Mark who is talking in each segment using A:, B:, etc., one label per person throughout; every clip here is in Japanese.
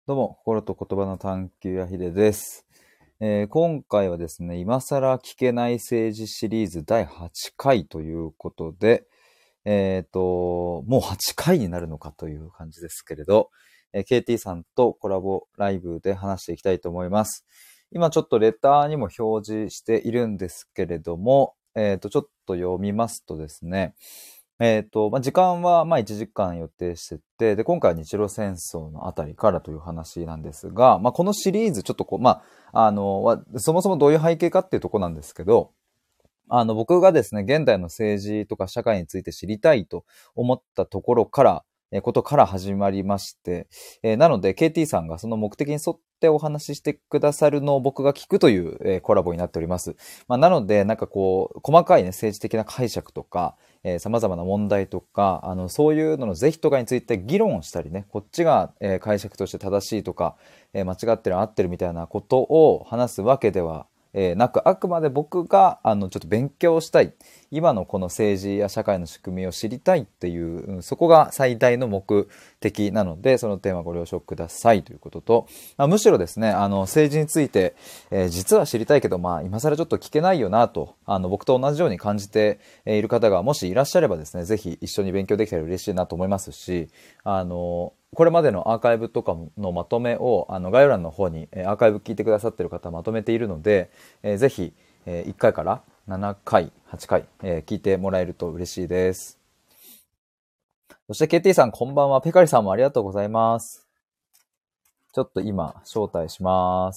A: どうも、心と言葉の探求やひでです。今回はですね、今更聞けない政治シリーズ第8回ということで、もう8回になるのかという感じですけれど、KT さんとコラボライブで話していきたいと思います。今ちょっとレターにも表示しているんですけれども、ちょっと読みますとですね、時間は1時間予定してて、で、今回は日露戦争のあたりからという話なんですが、このシリーズちょっとそもそもどういう背景かっていうところなんですけど、僕がですね、現代の政治とか社会について知りたいと思ったところから、ことから始まりまして、なので KT さんがその目的に沿ってお話ししてくださるのを僕が聞くという、コラボになっております。なので、細かいね、政治的な解釈とか、様々な問題とか、そういうのの是非とかについて議論をしたりね、こっちが、解釈として正しいとか、間違ってる合ってるみたいなことを話すわけではあくまで僕がちょっと勉強したい、今のこの政治や社会の仕組みを知りたいっていう、そこが最大の目的なので、そのテーマご了承くださいということと、むしろですね、政治について、実は知りたいけど、今更ちょっと聞けないよなと、僕と同じように感じている方がもしいらっしゃればですね、ぜひ一緒に勉強できたら嬉しいなと思いますし、これまでのアーカイブとかのまとめを概要欄の方にアーカイブ聞いてくださっている方はまとめているので、ぜひ1回から7回、8回聞いてもらえると嬉しいです。そして KT さんこんばんは。ペカリさんもありがとうございます。ちょっと今招待します。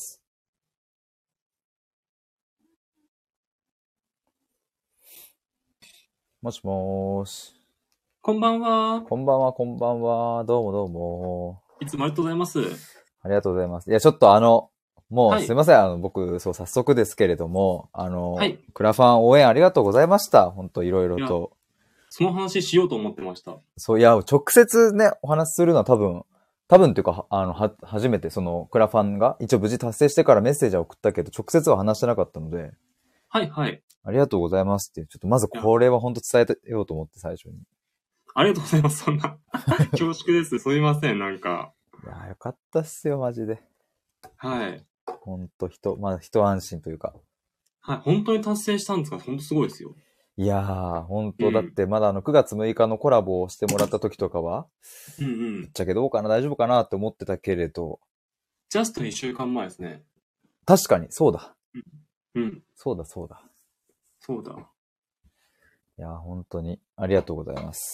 A: もしもーし。
B: こんばんは。
A: こんばんは、こんばんは。どうもどうも。
B: いつもありがとうございます。
A: ありがとうございます。いや、ちょっとも
B: はい。
A: うすいません。僕、早速ですけれども、
B: はい。
A: クラファン応援ありがとうございました。本当いろいろ
B: いや、
A: と。
B: その話しようと思ってました。
A: そう、いや、直接ね、お話しするのは多分っていうか、初めてそのクラファンが一応無事達成してからメッセージは送ったけど、直接は話してなかったので、
B: はいはい。
A: ありがとうございますって、ちょっとまず
B: いや、
A: これは本当伝えようと思って最初に。
B: ありがとうございます。そんな。恐縮です。すみません。なんか。
A: いやー、よかったっすよ、マジで。
B: はい。
A: 本当一安心というか。
B: はい。本当に達成したんですか？本当すごいですよ。
A: いやー、本当だっ
B: うん。
A: てまだ9月6日のコラボをしてもらった時とかは、
B: うんうん。
A: ぶっちゃけどうかな、大丈夫かなって思ってたけれど、
B: ジャスト1週間前ですね。
A: 確かに、そうだ。
B: うん。うん。
A: そうだ、そうだ。
B: そうだ。
A: いやー、本当にありがとうございます。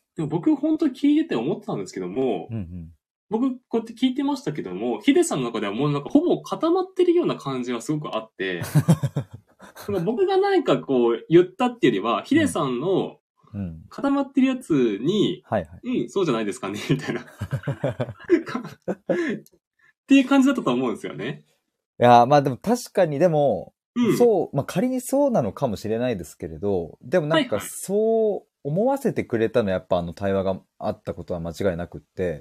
B: でも僕本当聞いてて思ってたんですけども、
A: うんうん。
B: 僕こうやって聞いてましたけども、ヒデさんの中ではもうなんかほぼ固まってるような感じがすごくあって、僕が何かこう言ったっていうよりは、ヒデさんの
A: うん。
B: 固まってるやつに、
A: はいはい。
B: うん、そうじゃないですかね、みたいな。っていう感じだったと思うんですよね。
A: いやー、でも確かにでも、
B: うん。
A: そう、仮にそうなのかもしれないですけれど、でも
B: はいはい。
A: そう思わせてくれたのはやっぱ対話があったことは間違いなくって、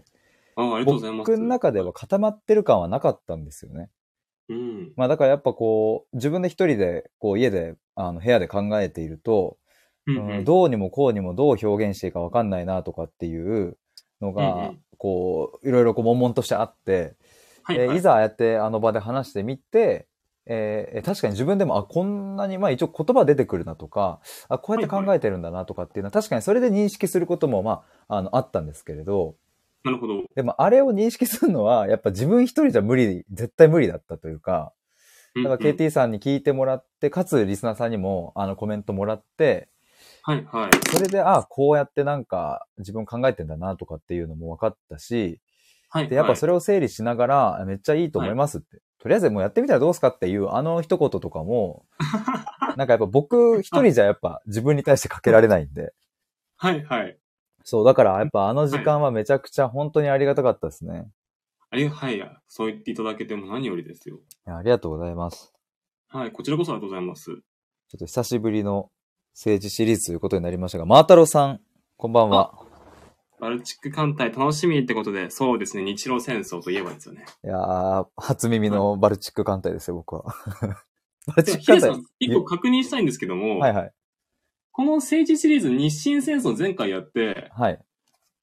B: ありがとうございます。
A: 僕の中では固まってる感はなかったんですよね。
B: うん。
A: だからやっぱこう、自分で一人で、こう家で、部屋で考えていると、
B: うんうん。
A: どうにもこうにもどう表現していいかわかんないなとかっていうのが、
B: うんうん。
A: こう、いろいろ悶々としてあって、
B: はいはい。
A: いざああやってあの場で話してみて、確かに自分でも、こんなに、一応言葉出てくるなとか、こうやって
B: はいはい。
A: 考えてるんだなとかっていうのは、確かにそれで認識することも、あったんですけれど、
B: なるほど。
A: でもあれを認識するのは、やっぱ自分一人じゃ絶対無理だったというか、だから
B: うんうん。
A: KT さんに聞いてもらって、かつリスナーさんにもコメントもらって、
B: はいはい。
A: それで、こうやって自分考えてんだなとかっていうのも分かったし、で、やっぱ
B: はいはい。
A: それを整理しながら、めっちゃいいと
B: はい。
A: 思いますって。とりあえずもうやってみたらどうすかっていう一言とかも、やっぱ僕一
B: あ、
A: 人じゃやっぱ自分に対してかけられないんで。
B: はいはい。
A: そう、だからやっぱあの時
B: はい。
A: 間はめちゃくちゃ本当にありがたかったですね。
B: はい。そう言っていただけても何よりですよ。
A: いや、ありがとうございます。
B: はい。こちらこそありがとうございます。
A: ちょっと久しぶりの政治シリーズということになりましたが、マー太郎さん、こんばん
B: あ、
A: は。
B: バルチック艦隊楽しみってことで、そうですね、日露戦争といえばですよね。
A: いやー、初耳
B: はい。
A: のバルチック艦隊ですよ、僕は。バル
B: では、
A: チック艦隊、
B: ヒデさん、一個確認したいんですけども、
A: はいはい。
B: この政治シリーズ日清戦争前回やって、
A: はい。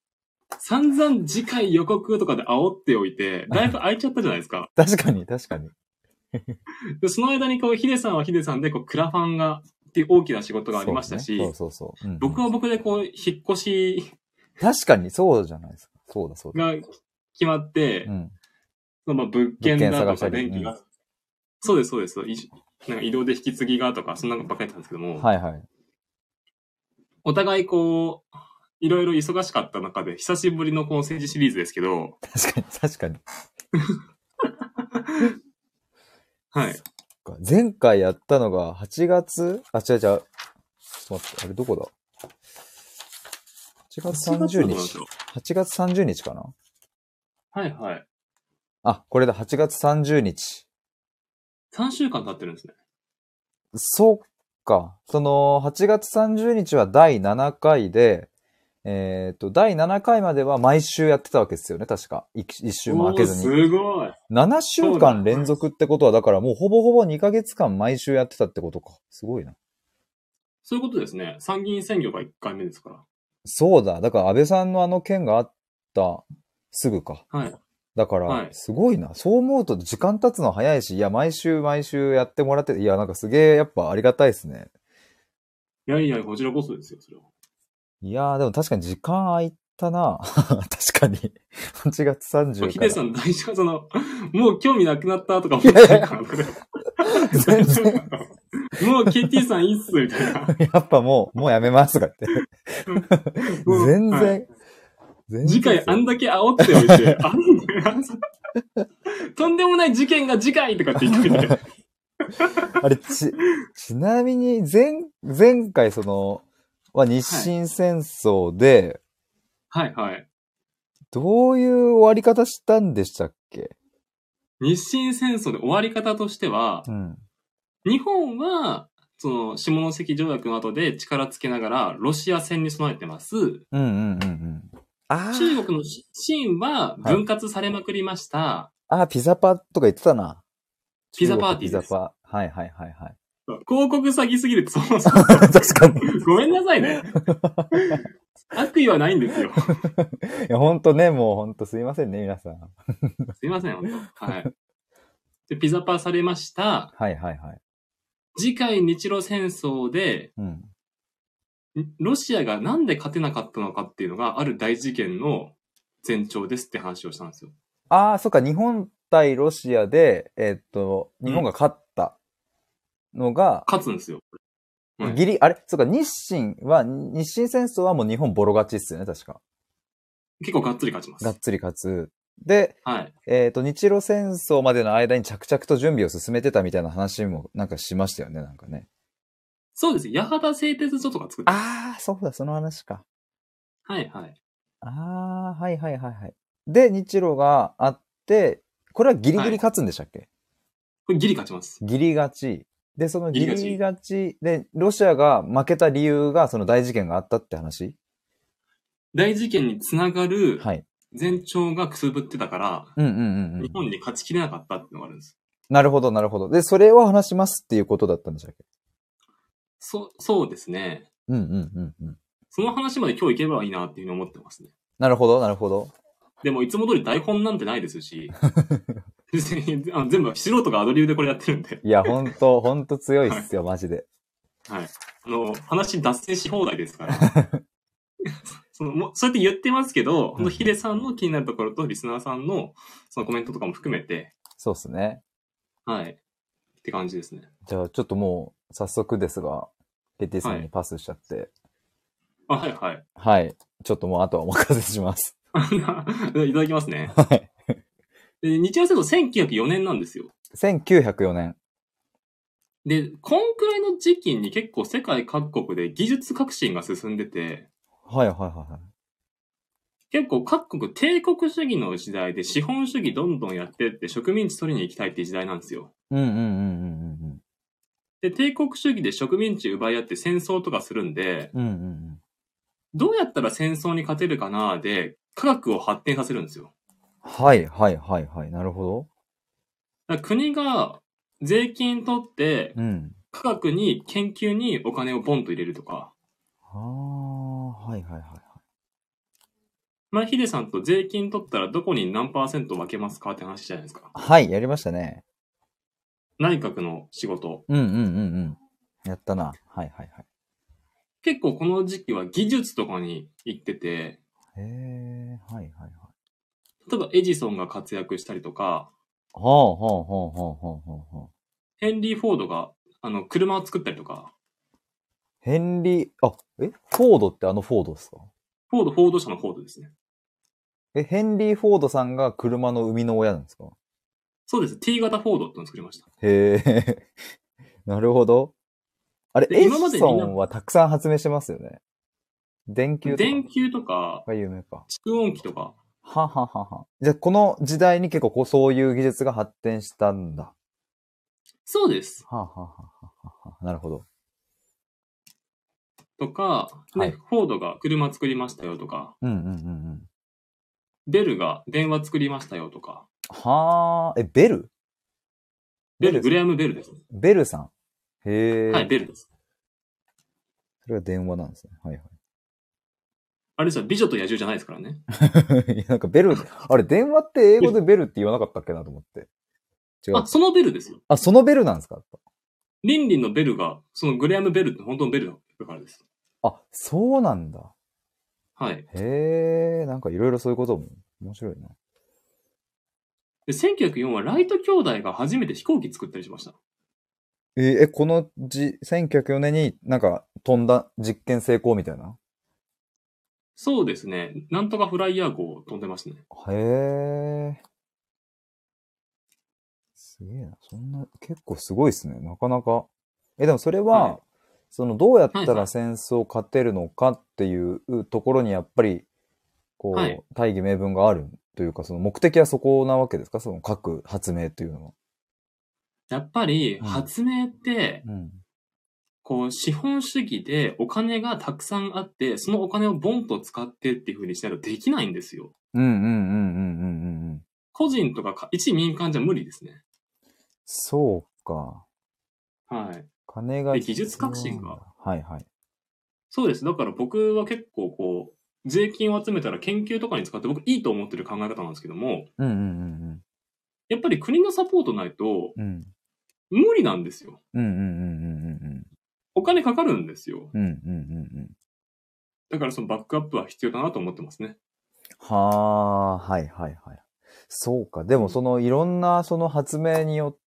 B: 散々次回予告とかで煽っておいて、だいぶ空いちゃったじゃないですか。
A: 確かに、確かに。
B: でその間にこう、ヒデさんはヒデさんで、こう、クラファンが、っていう大きな仕事がありましたし、
A: そうそうそう。うんうん、
B: 僕は僕でこう、引っ越し
A: 確かに、そうじゃないですか。そうだ、そうだ。
B: が決まって、
A: うん。
B: まあ物件だとか電気が、
A: うん、
B: そうです、そうです。なんか移動で引き継ぎがとか、そんなのばっかりだったんですけども、
A: はいはい。
B: お互いこう、いろいろ忙しかった中で、久しぶりのこの政治シリーズですけど、
A: 確かに、確かに。
B: はい。
A: 前回やったのが8月、あ、違う違う。ちょっと待って、あれどこだ ?8 月30日。8月30日かな。
B: はいはい。
A: あ、これだ、8月30日。
B: 3週間経ってるんですね。
A: そっか。その、8月30日は第7回で、第7回までは毎週やってたわけですよね、確か。一週も空けずに。
B: すごい。
A: 7週間連続ってことは、だからもうほぼほぼ2ヶ月間毎週やってたってことか。すごいな。
B: そういうことですね。参議院選挙が1回目ですから。
A: そうだ。だから安倍さんのあの件があったすぐか。
B: はい。
A: だから、すごいな。そう思うと時間経つの早いし、いや、毎週毎週やってもらって、いや、なんかすげえやっぱありがたいですね。
B: いやいや、こちらこそですよ、それは。
A: いやー、でも確かに時間空いたな。確かに。8月30から。
B: ヒデさん大丈夫もう興味なくなったとか思ってないから、全然。もう KT さんいいっす、みたいな。
A: やっぱもうやめますとかって。全然、はい、
B: 次回あんだけ煽っておいて、とんでもない事件が次回とかって言ってて。
A: あれ、ちなみに前回は日清戦争で、
B: はいはい。
A: どういう終わり方したんでしたっけ？
B: 日清戦争で終わり方としては、
A: うん、
B: 日本は、その、下関条約の後で力つけながら、ロシア戦に備えてます。うん
A: うんうんうん。
B: 中国の清は分割されまくりました。
A: はい、ピザパとか言ってたな。
B: ピザパーティーです。
A: ピザパ。はいはいはいはい。
B: 広告詐欺すぎるってそう。
A: 確かに。
B: ごめんなさいね。悪意はないんですよ。
A: いや、ほんとね、もうほんとすいませんね、皆さん。
B: すいません、ほんと。はい。で、ピザパーされました。
A: はいはいはい。
B: 次回日露戦争で、うん、ロシアがなんで勝てなかったのかっていうのがある大事件の前兆ですって話をしたんですよ。
A: ああ、そっか、日本対ロシアで、日本が勝ったのが、
B: 勝つんですよ。
A: あれそっか、日清戦争はもう日本ボロ勝ちっすよね、確か。
B: 結構がっつり勝ちます。
A: がっつり勝つ。で、
B: はい。
A: 日露戦争までの間に着々と準備を進めてたみたいな話もなんかしましたよね、なんかね。
B: そうです。八幡製鉄所とか作って。
A: ああ、そうだ、その話か。
B: はいはい。
A: ああ、はいはいはいはい。で、日露があって、これはギリギリ勝つんでしたっけ？はい、
B: これギリ勝ちます。
A: ギリ勝ち。で、そのギリ勝ちで、ロシアが負けた理由がその大事件があったって話？
B: 大事件につながる前兆がくすぶってたから、日本に勝ちきれなかったっていうのがあるんです。
A: なるほど、なるほど。で、それを話しますっていうことだったんでしたっけ？
B: そうですね。その話まで今日いけばいいなっていうふうに思ってますね。
A: なるほど、なるほど。
B: でもいつも通り台本なんてないですし、全部素人がアドリブでこれやってるんで。
A: いや、ほんと強いっすよ、はい、マジで。
B: はい。話脱線し放題ですから。そうやって言ってますけど、ヒデさんの気になるところとリスナーさんのそのコメントとかも含めて。
A: そうですね。
B: はい。って感じですね。
A: じゃあちょっともう早速ですが、KTさんにパスしちゃって。
B: はいはい。
A: はい。ちょっともうあとはお任せします。
B: いただきますね。
A: はい。
B: 日露戦争1904年なんですよ。
A: 1904年。
B: で、こんくらいの時期に結構世界各国で技術革新が進んでて、
A: はいはいはいはい。
B: 結構各国帝国主義の時代で資本主義どんどんやってって植民地取りに行きたいっていう時代なんですよ。で、帝国主義で植民地奪い合って戦争とかするんで、どうやったら戦争に勝てるかなで、科学を発展させるんですよ。
A: はいはいはいはい。なるほど。
B: だから国が税金取って、科学に研究にお金をボンと入れるとか。
A: はいはいはい。
B: 前ヒデさんと税金取ったらどこに何パーセント分けますかって話じゃないですか。
A: はい、やりましたね。
B: 内閣の仕事。
A: うんうんうんうん。やったな。はいはいはい。
B: 結構この時期は技術とかに行ってて、
A: へえ、はいはいはい。
B: 例えばエジソンが活躍したりとか、
A: はあはあはあはあはあはあ。
B: ヘンリー・フォードが車を作ったりとか、
A: ヘンリー、あ、フォードってあのフォードですか？
B: フォード社のフォードですね。
A: ヘンリー・フォードさんが車の生みの親なんですか？
B: そうです。T 型フォードってのを作りました。
A: へえ、なるほど。あれ、
B: で、今
A: エジ
B: までみんな、
A: ソンはたくさん発明してますよね。電球とか
B: 電球とか、
A: が有名か。
B: 蓄音機とか、
A: はははは。じゃあ、この時代に結構そういう技術が発展したんだ。
B: そうです。
A: はあ、はあはあはあはあ、なるほど。
B: とか、ね、
A: はい。
B: フォードが車作りましたよとか、
A: うんうんうんうん。
B: ベルが電話作りましたよとか、
A: はあ、ベルベル、
B: グレアム・ベルですね。
A: ベルさん。へ
B: はい、
A: え。
B: ベルです。
A: それが電話なんですね。はいはい。
B: あれですよ、美女と野獣じゃないですからね。
A: いやなんかベル、あれ電話って英語でベルって言わなかったっけなと思って。違う
B: あ、
A: か。
B: そのベルですよ。
A: あ、そのベルなんですか？
B: リンリンのベルが、そのグレアム・ベルって本当のベルだからです。
A: あ、そうなんだ。
B: はい。
A: へえ、なんかいろいろそういうことも面白いな。
B: で、1904はライト兄弟が初めて飛行機作ったりしました。
A: この1904年になんか飛んだ実験成功みたいな。
B: そうですね。なんとかフライヤー号を飛んでましたね。
A: へえ。すげえな。そんな、結構すごいですね。なかなか。でもそれ
B: はい。
A: は、その、どうやったら
B: はいはい。
A: 戦争を勝てるのかっていうところにやっぱり、
B: はい。
A: 大義名分があるというか、その目的はそこなわけですか？その各発明というのは。
B: やっぱり、
A: うん。
B: 発明って、
A: うん。
B: 資本主義でお金がたくさんあって、そのお金をボンと使ってっていう風にしないとできないんですよ。
A: うんうんうんうんうんうんうん。
B: 個人とか一民間じゃ無理ですね。
A: そうか。
B: はい。で、
A: 金が必
B: 技術革新が。
A: 要なんだ。はいはい。
B: そうです。だから僕は結構税金を集めたら研究とかに使って僕いいと思ってる考え方なんですけども、
A: うんうん
B: やっぱり国のサポートないと
A: うんうん。うん。
B: 無理なんですよ。
A: うんうんうんうん
B: お金かかるんですよ。
A: うんうん。うんうんうんうん。
B: だからそのバックアップは必要だなと思ってますね。
A: はあ、はいはいはい。そうか。で
B: うん、
A: もそのいろんなその発明によって、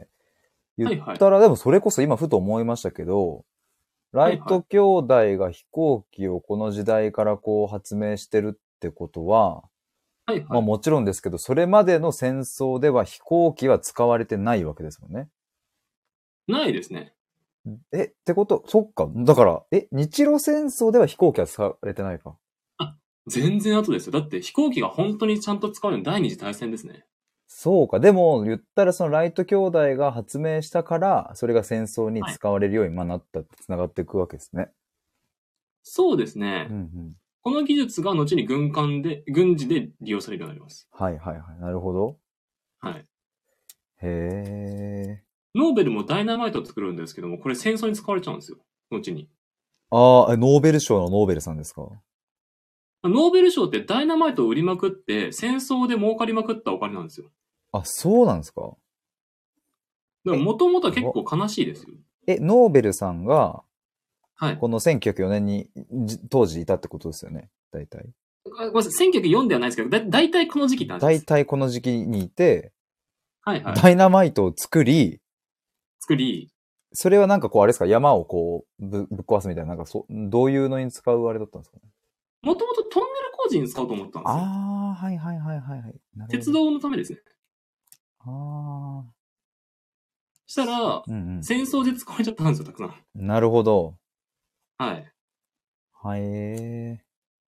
A: 言っ
B: はいはい。
A: たらでもそれこそ今ふと思いましたけど、ライ
B: はいはい。
A: ト兄弟が飛行機をこの時代から発明してるってことは、まあ
B: はいはい。
A: もちろんですけど、それまでの戦争では飛行機は使われてないわけですもんね。
B: ないですね。
A: ってこと、そっか。だから、日露戦争では飛行機は使われてないか。
B: あ、全然後ですよ。だって飛行機が本当にちゃんと使うのは第二次大戦ですね。
A: そうか。でも、言ったらそのライト兄弟が発明したから、それが戦争に
B: はい。
A: 使われるようになったって繋がっていくわけですね。
B: そうですね。
A: うんうん。
B: この技術が後に軍事で利用されるようになります。
A: はいはいはい。なるほど。
B: はい。
A: へえ。
B: ノーベルもダイナマイトを作るんですけども、これ戦争に使われちゃうんですよ。後に。
A: ああ、ノーベル賞のノーベルさんですか？
B: ノーベル賞ってダイナマイトを売りまくって、戦争で儲かりまくったお金なんですよ。
A: あ、そうなんですか？
B: だから
A: え、
B: もともとは結
A: やば。
B: 構悲しいですよ。
A: ノーベルさんが、
B: はい。
A: この1904年に当時いたってことですよね。大体。
B: ごめんなさい、1904ではないですけど、だいたいこの時期って話です。
A: 大体この時期にいて、
B: はいはい。
A: ダイナマイトを作り、
B: 作り、
A: それはなんかあれですか、山をぶっ壊すみたいな、なんかどういうのに使うあれだったんですかね。
B: もともとトンネル工事に使おうと思ったんですよ。
A: ああ、はいはいはいはいはい。なるほど。
B: 鉄道のためですね。
A: ああ、
B: したら、
A: うん
B: 戦争で使われちゃったんですよ、たくさん。
A: うん。なるほど。
B: はい。
A: はい。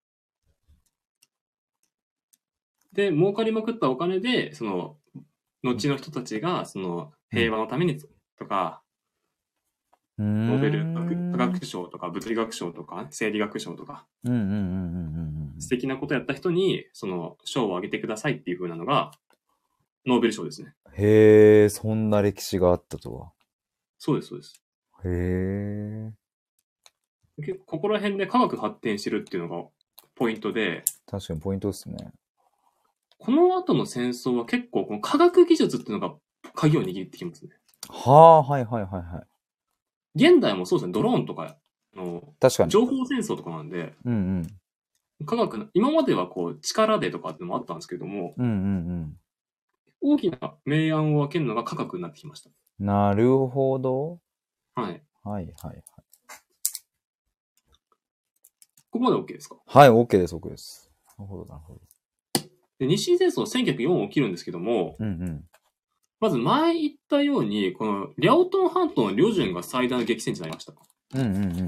B: で、儲かりまくったお金で、後の人たちが、
A: うん。
B: 平和のために、とか、
A: うー
B: ノーベル科
A: ん。
B: 学賞とか、物理学賞とか、生理学賞とか、
A: うんうんうんうんうんうん
B: 素敵なことやった人に、賞をあげてくださいっていう風なのが、ノーベル賞ですね。
A: うん。へえ、そんな歴史があったとは。
B: そうです、そうです。
A: へえ。
B: 結構、ここら辺で科学発展してるっていうのがポイントで、
A: 確かにポイントですね。
B: この後の戦争は結構この科学技術っていうのが鍵を握ってきますね。
A: はあ、はいはいはいはい。
B: 現代もそうですね、ドローンとか、
A: 確かに。
B: 情報戦争とかなんで、
A: うん
B: 科学の、今まではこう力でとかってのもあったんですけども、
A: うん。うんうん
B: 大きな明暗を分けるのが科学になってきました。
A: うん。なるほど。
B: はい。
A: はいはいはい。
B: ここまで OK ですか？
A: はい、OK です、OK です。なるほど、なるほど。
B: で、日清戦争1904起きるんですけども、
A: うんうん。
B: まず前言ったように、この、リャオトン半島の旅順が最大の激戦地になりました。
A: うんうんうんうん。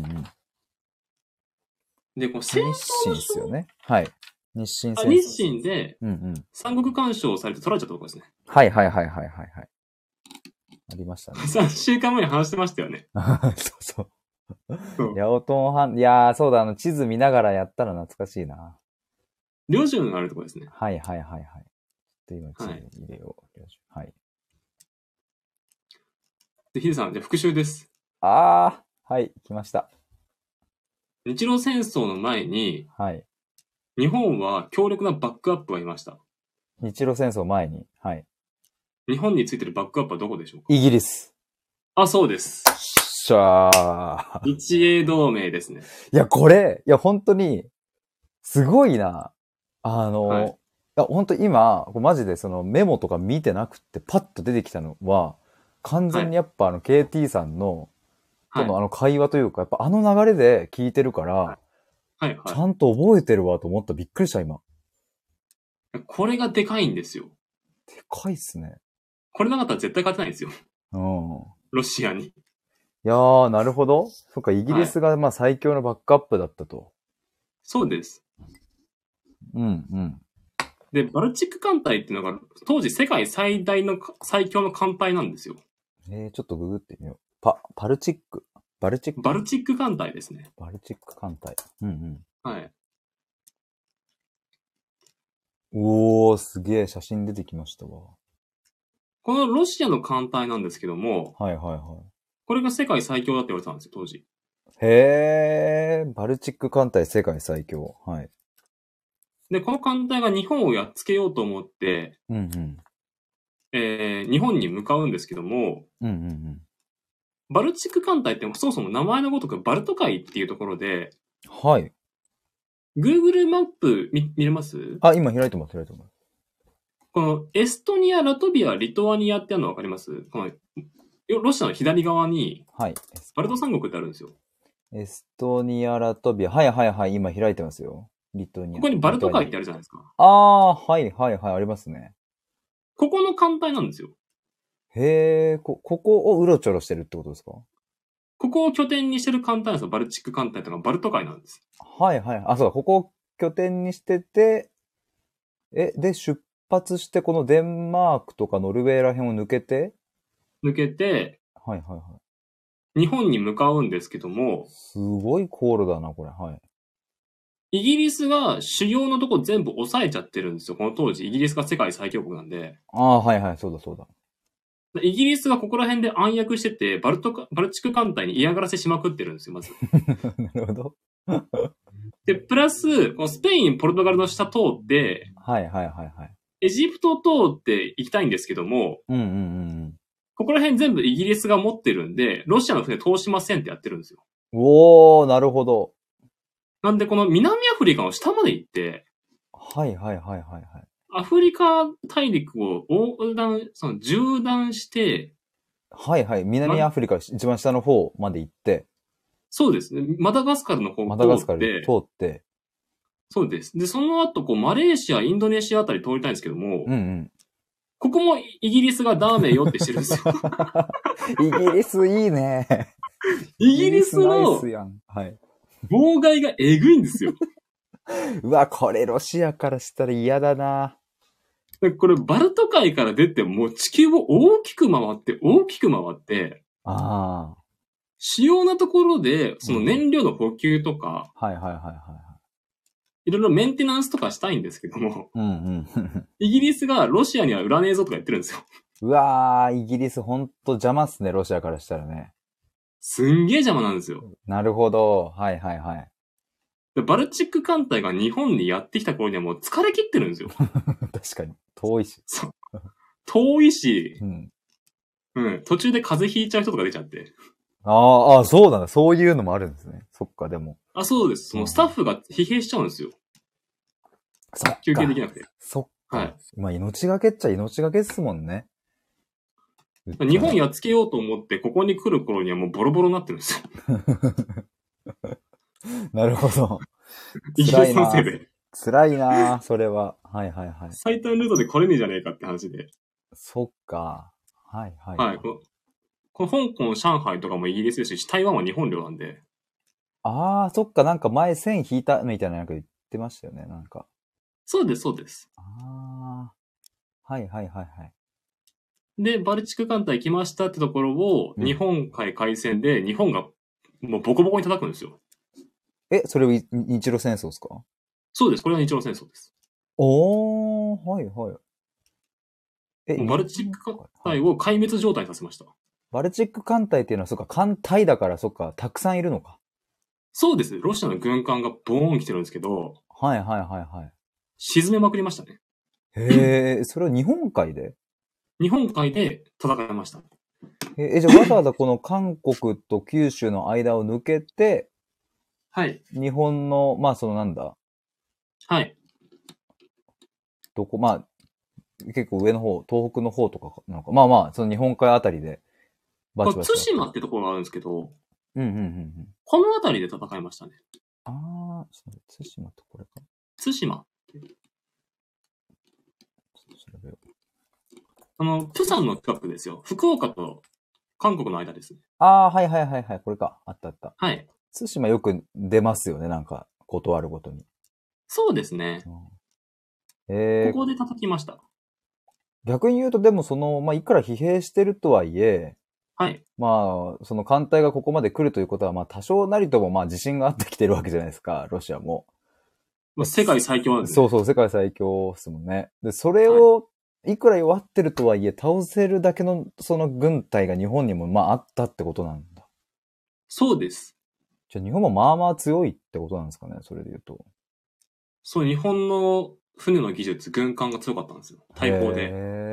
B: で、この戦
A: 日清ですよね。はい。日清戦争。
B: 日清で
A: うんうん。
B: 三国干渉されて取られちゃったところですね。
A: はいはいはいはいはいはい。ありましたね。
B: 3週間前に話してましたよね。
A: そうそう。
B: そう。
A: 八百トン半、いやー、そうだ、地図見ながらやったら懐かしいな。
B: 旅順があるところですね。
A: はいはいはいはい。で、今、地図
B: はい
A: 入れよう。はい。
B: で、ヒデさん、じゃあ復習です。
A: あー、はい、来ました。
B: 日露戦争の前に、
A: はい。
B: 日本は強力なバックアップがいました。
A: 日露戦争前に。はい。
B: 日本についてるバックアップはどこでしょうか？
A: イギリス。
B: あ、そうです。
A: しゃー。
B: 日英同盟ですね。
A: いや、これ、いや、本当に、すごいな。
B: はい。
A: いや、本当今、マジでそのメモとか見てなくってパッと出てきたのは、完
B: はい。
A: 全にやっぱKT さんの、と
B: はい。
A: の会話というか、やっぱあの流れで聞いてるから、
B: はい。は
A: ちゃんと覚えてるわと思った。びっくりした、今。
B: い。これがでかいんですよ。
A: でかいっすね。
B: これなかったら絶対勝てないんですよ。
A: うん。
B: ロシアに。
A: いやー、なるほど。そっか、イギリ
B: はい。
A: スがまあ最強のバックアップだったと。
B: そうです。
A: うん、うん。
B: で、バルチック艦隊っていうのが、当時世界最大の最強の艦隊なんですよ。
A: ちょっとググってみよう。パルチック。バルチック。
B: バルチック艦隊ですね。
A: バルチック艦隊。うん
B: はい。
A: うん。おー、すげえ、写真出てきましたわ。
B: このロシアの艦隊なんですけども、
A: はいはいは
B: これが世界最強だって言われてたんですよ、当時。
A: い。へー、バルチック艦隊世界最強。はい。
B: で、この艦隊が日本をやっつけようと思って、
A: うんうん。
B: 日本に向かうんですけども、
A: うんうんうん。
B: バルチック艦隊ってそもそも名前のごとくバルト海っていうところで、
A: はい。
B: Google マップ見れます？
A: あ、今開いてます、開いてます。
B: このエストニア、ラトビア、リトアニアってあるのわかります？このロシアの左側に
A: はい。
B: バルト三国ってあるんですよ。
A: エストニア、ラトビア。はいはいはい。今開いてますよ。リトニア。
B: ここにバルト海っ
A: リトアニ
B: てあるじゃないですか。
A: ア。あー、はいはいはい。ありますね。
B: ここの艦隊なんですよ。
A: へー、ここをうろちょろしてるってことですか？
B: ここを拠点にしてる艦隊なんですよ。バルチック艦隊とかバルト海なんです。
A: はいはい。あ、そうだ。ここを拠点にしてて、で、出発して、このデンマークとかノルウェーら辺を抜けて、
B: 抜けて、
A: はいはいはい。
B: 日本に向かうんですけども、
A: すごい航路だな、これ。はい。
B: イギリスが主要のとこ全部抑えちゃってるんですよ。この当時、イギリスが世界最強国なんで。
A: ああ、はいはい。そうだそうだ。
B: イギリスがここら辺で暗躍してて、バルチック艦隊に嫌がらせしまくってるんですよ、まず。
A: なるほど。
B: で、プラス、このスペイン、ポルトガルの下通って、
A: はいはいはいはい。
B: エジプトを通って行きたいんですけども、
A: うんうんうん
B: ここら辺全部イギリスが持ってるんで、ロシアの船通しませんってやってるんですよ。
A: うん。おー、なるほど。
B: なんで、この南アフリカの下まで行って、
A: はいはいはいはいはい。
B: アフリカ大陸を縦断して、
A: はいはい。南
B: ま、
A: アフリカ一番下の方まで行って、
B: そうですね。マダガスカルの方
A: マダガスカル
B: を通って、
A: 通って、
B: そうです。で、その後、マレーシア、インドネシアあたり通りたいんですけども、
A: うんうん。
B: ここもイギリスがダメよってしてるんですよ。
A: イギリスいいね。
B: イ
A: イギ
B: ギリス
A: リスナイス
B: の
A: やん。はい。
B: 妨害がえぐいんですよ。
A: うわ、これロシアからしたら嫌だな。
B: これ、バルト海から出て、もう地球を大きく回って、大きく回って、
A: ああ。
B: 主要なところで、その
A: うん
B: 燃料の補給とか、
A: はいはいはいはい
B: ろいろメンテナンスとかしたいんですけども、
A: い。うんうん。
B: イギリスがロシアには売らねえぞとか言ってるんですよ。
A: うわー、イギリスほんと邪魔っすね、ロシアからしたらね。
B: すんげえ邪魔なんですよ。
A: なるほど。はいはいはい。
B: でバルチック艦隊が日本にやってきた頃にはもう疲れ切ってるんですよ。
A: 確かに。遠いし。
B: そう。遠いし
A: う、ん。
B: うん、途中で風邪ひいちゃう人とか出ちゃって。
A: ああ、そうなんだ。そういうのもあるんですね。そっか、でも。
B: あ、そうです。そのスタッフが疲弊しちゃうんですよ。
A: そっか。
B: 休憩できなくて。
A: そっか。
B: はい。
A: まあ、命がけっちゃ命がけっすもんね。
B: 日本やっつけようと思って、ここに来る頃にはもうボロボロになってるんですよ。
A: なるほど。
B: イギリスのせいで。
A: 辛いなそれは。はいはいはい。
B: 最短ルートで来れねえじゃねえかって話で。
A: そっか。はいはい。
B: はい。この香港、上海とかもイギリスですし、台湾は日本領なんで。
A: ああ、そっか。なんか前線引いたみたいななんか言ってましたよね。なんか。
B: そうです、そうです。
A: ああ。はいはいはいはい。
B: で、バルチック艦隊来ましたってところを、
A: うん
B: 日本海海戦で日本がもうボコボコに叩くんですよ。
A: それを日露戦争ですか？
B: そうです。これは日露戦争です。
A: おー、はいはい。
B: もうバルチック艦隊
A: はい
B: を壊滅状態にさせました。
A: バルチック艦隊っていうのは、そっか、艦隊だから、そっか、たくさんいるのか。
B: そうです。ロシアの軍艦がボーン来てるんですけど、
A: はいはいはいはい。
B: 沈めまくりましたね。
A: へえ、それは日本海で？
B: 日本海で戦いました。
A: じゃあわざわざこの韓国と九州の間を抜けて、
B: はい。
A: 日本の、まあそのなんだ、
B: はい。
A: まあ、結構上の方、東北の方とかなのか。まあまあ、その日本海あたりで、バチバチ。
B: 対馬ってところがあるんですけど、
A: うんうんうんうん。
B: この辺りで戦いましたね。
A: ああ、対馬とこれか。
B: 対馬。
A: 調べよ
B: プサンの近くですよ。福岡と韓国の間ですね。
A: ああ、はいはいはいはい。これか。あったあった。
B: はい。
A: 対馬よく出ますよね。なんか、断るごとに。
B: そうですね。ここで叩きました。
A: 逆に言うと、でもまあ、いくら疲弊してるとはいえ、
B: はい。
A: まあ、その艦隊がここまで来るということは、まあ、多少なりとも、まあ、自信があってきてるわけじゃないですか、ロシアも。
B: 世界最強なんですね。
A: そうそう、世界最強ですもんね。で、それを、いくら弱ってるとはいえ、倒せるだけの、その軍隊が日本にも、まあ、あったってことなんだ。
B: そうです。
A: じゃあ、日本もまあまあ強いってことなんですかね、それで言うと。
B: そう、日本の船の技術、軍艦が強かったんですよ。大砲で。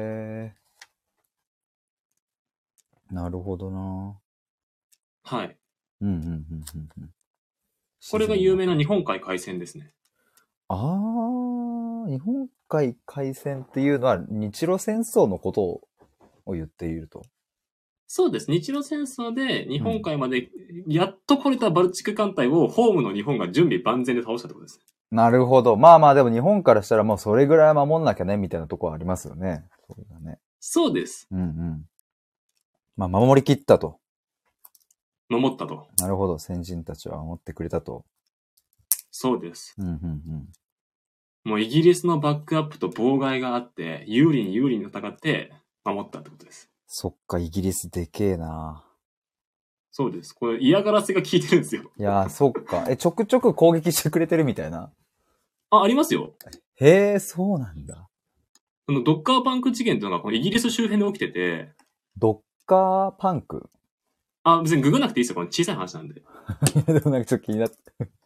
A: なるほどな。
B: はい。
A: うん、うん、うん、うん。
B: これが有名な日本海海戦ですね。
A: ああ、日本海海戦っていうのは日露戦争のことを言っていると。
B: そうです。日露戦争で日本海までやっと来れたバルチック艦隊をホームの日本が準備万全で倒したってことです。
A: なるほど。まあまあでも日本からしたらもうそれぐらい守んなきゃね、みたいなところありますよね。そうだね。
B: そうです。
A: うんうん。まあ守り切ったと。
B: 守ったと。
A: なるほど。先人たちは守ってくれたと。
B: そうです。
A: うんうんうん。
B: もうイギリスのバックアップと妨害があって、有利に戦って守ったってことです。
A: そっか、イギリスでけえな。
B: そうです。これ嫌がらせが効いてるんですよ。
A: いやー、そっか。ちょくちょく攻撃してくれてるみたいな。
B: ありますよ。
A: へえ、そうなんだ。
B: ドッカーパンク事件というのがこのイギリス周辺で起きてて。
A: ドッカーパンク
B: 別にググなくていいですよ。この小さい話なんで。
A: でもなんかちょっと気になって。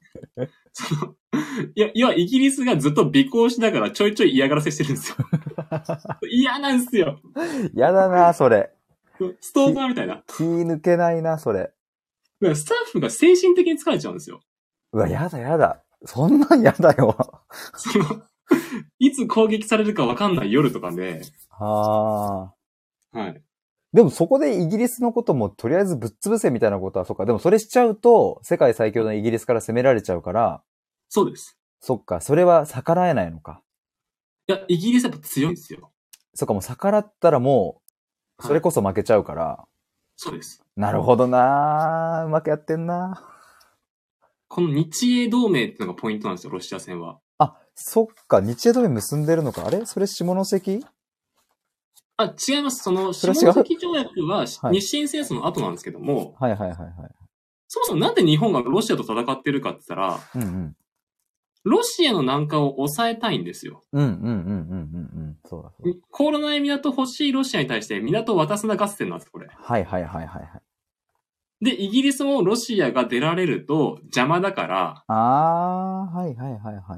B: いや、イギリスがずっと尾行しながらちょいちょい嫌がらせしてるんですよ。嫌なんですよ。
A: やだな、それ。
B: ストーカーみたいな。
A: 気抜けないな、それ。
B: スタッフが精神的に疲れちゃうんですよ。
A: うわ、やだやだ。そんなんやだよ。
B: いつ攻撃されるかわかんない夜とかで。
A: は
B: はい。
A: でもそこでイギリスのこともとりあえずぶっ潰せみたいなことは、そっか。でもそれしちゃうと、世界最強のイギリスから攻められちゃうから、
B: そうです。
A: そっか、それは逆らえないのか。
B: いや、イギリスやっぱ強いんですよ。
A: そっか、もう逆らったらもう、それこそ負けちゃうから。はい、
B: そうです。
A: なるほどなぁ。うまくやってんな。
B: この日英同盟っていうのがポイントなんですよ、ロシア戦は。
A: あ、そっか、日英同盟結んでるのか。あれそれ下関？
B: 違います。その、下関条約は日清戦争の後なんですけども、
A: はいはいはいはい。
B: そもそもなんで日本がロシアと戦ってるかって言ったら、
A: うんうん。
B: ロシアの南下を抑えたいんですよ。
A: うんうんうんうんうんうん。そうだそうだ。
B: 凍らない港欲しいロシアに対して港を渡すな合戦なんです、これ。
A: はいはいはいはいはい。
B: で、イギリスもロシアが出られると邪魔だから、
A: はいはいはいはい。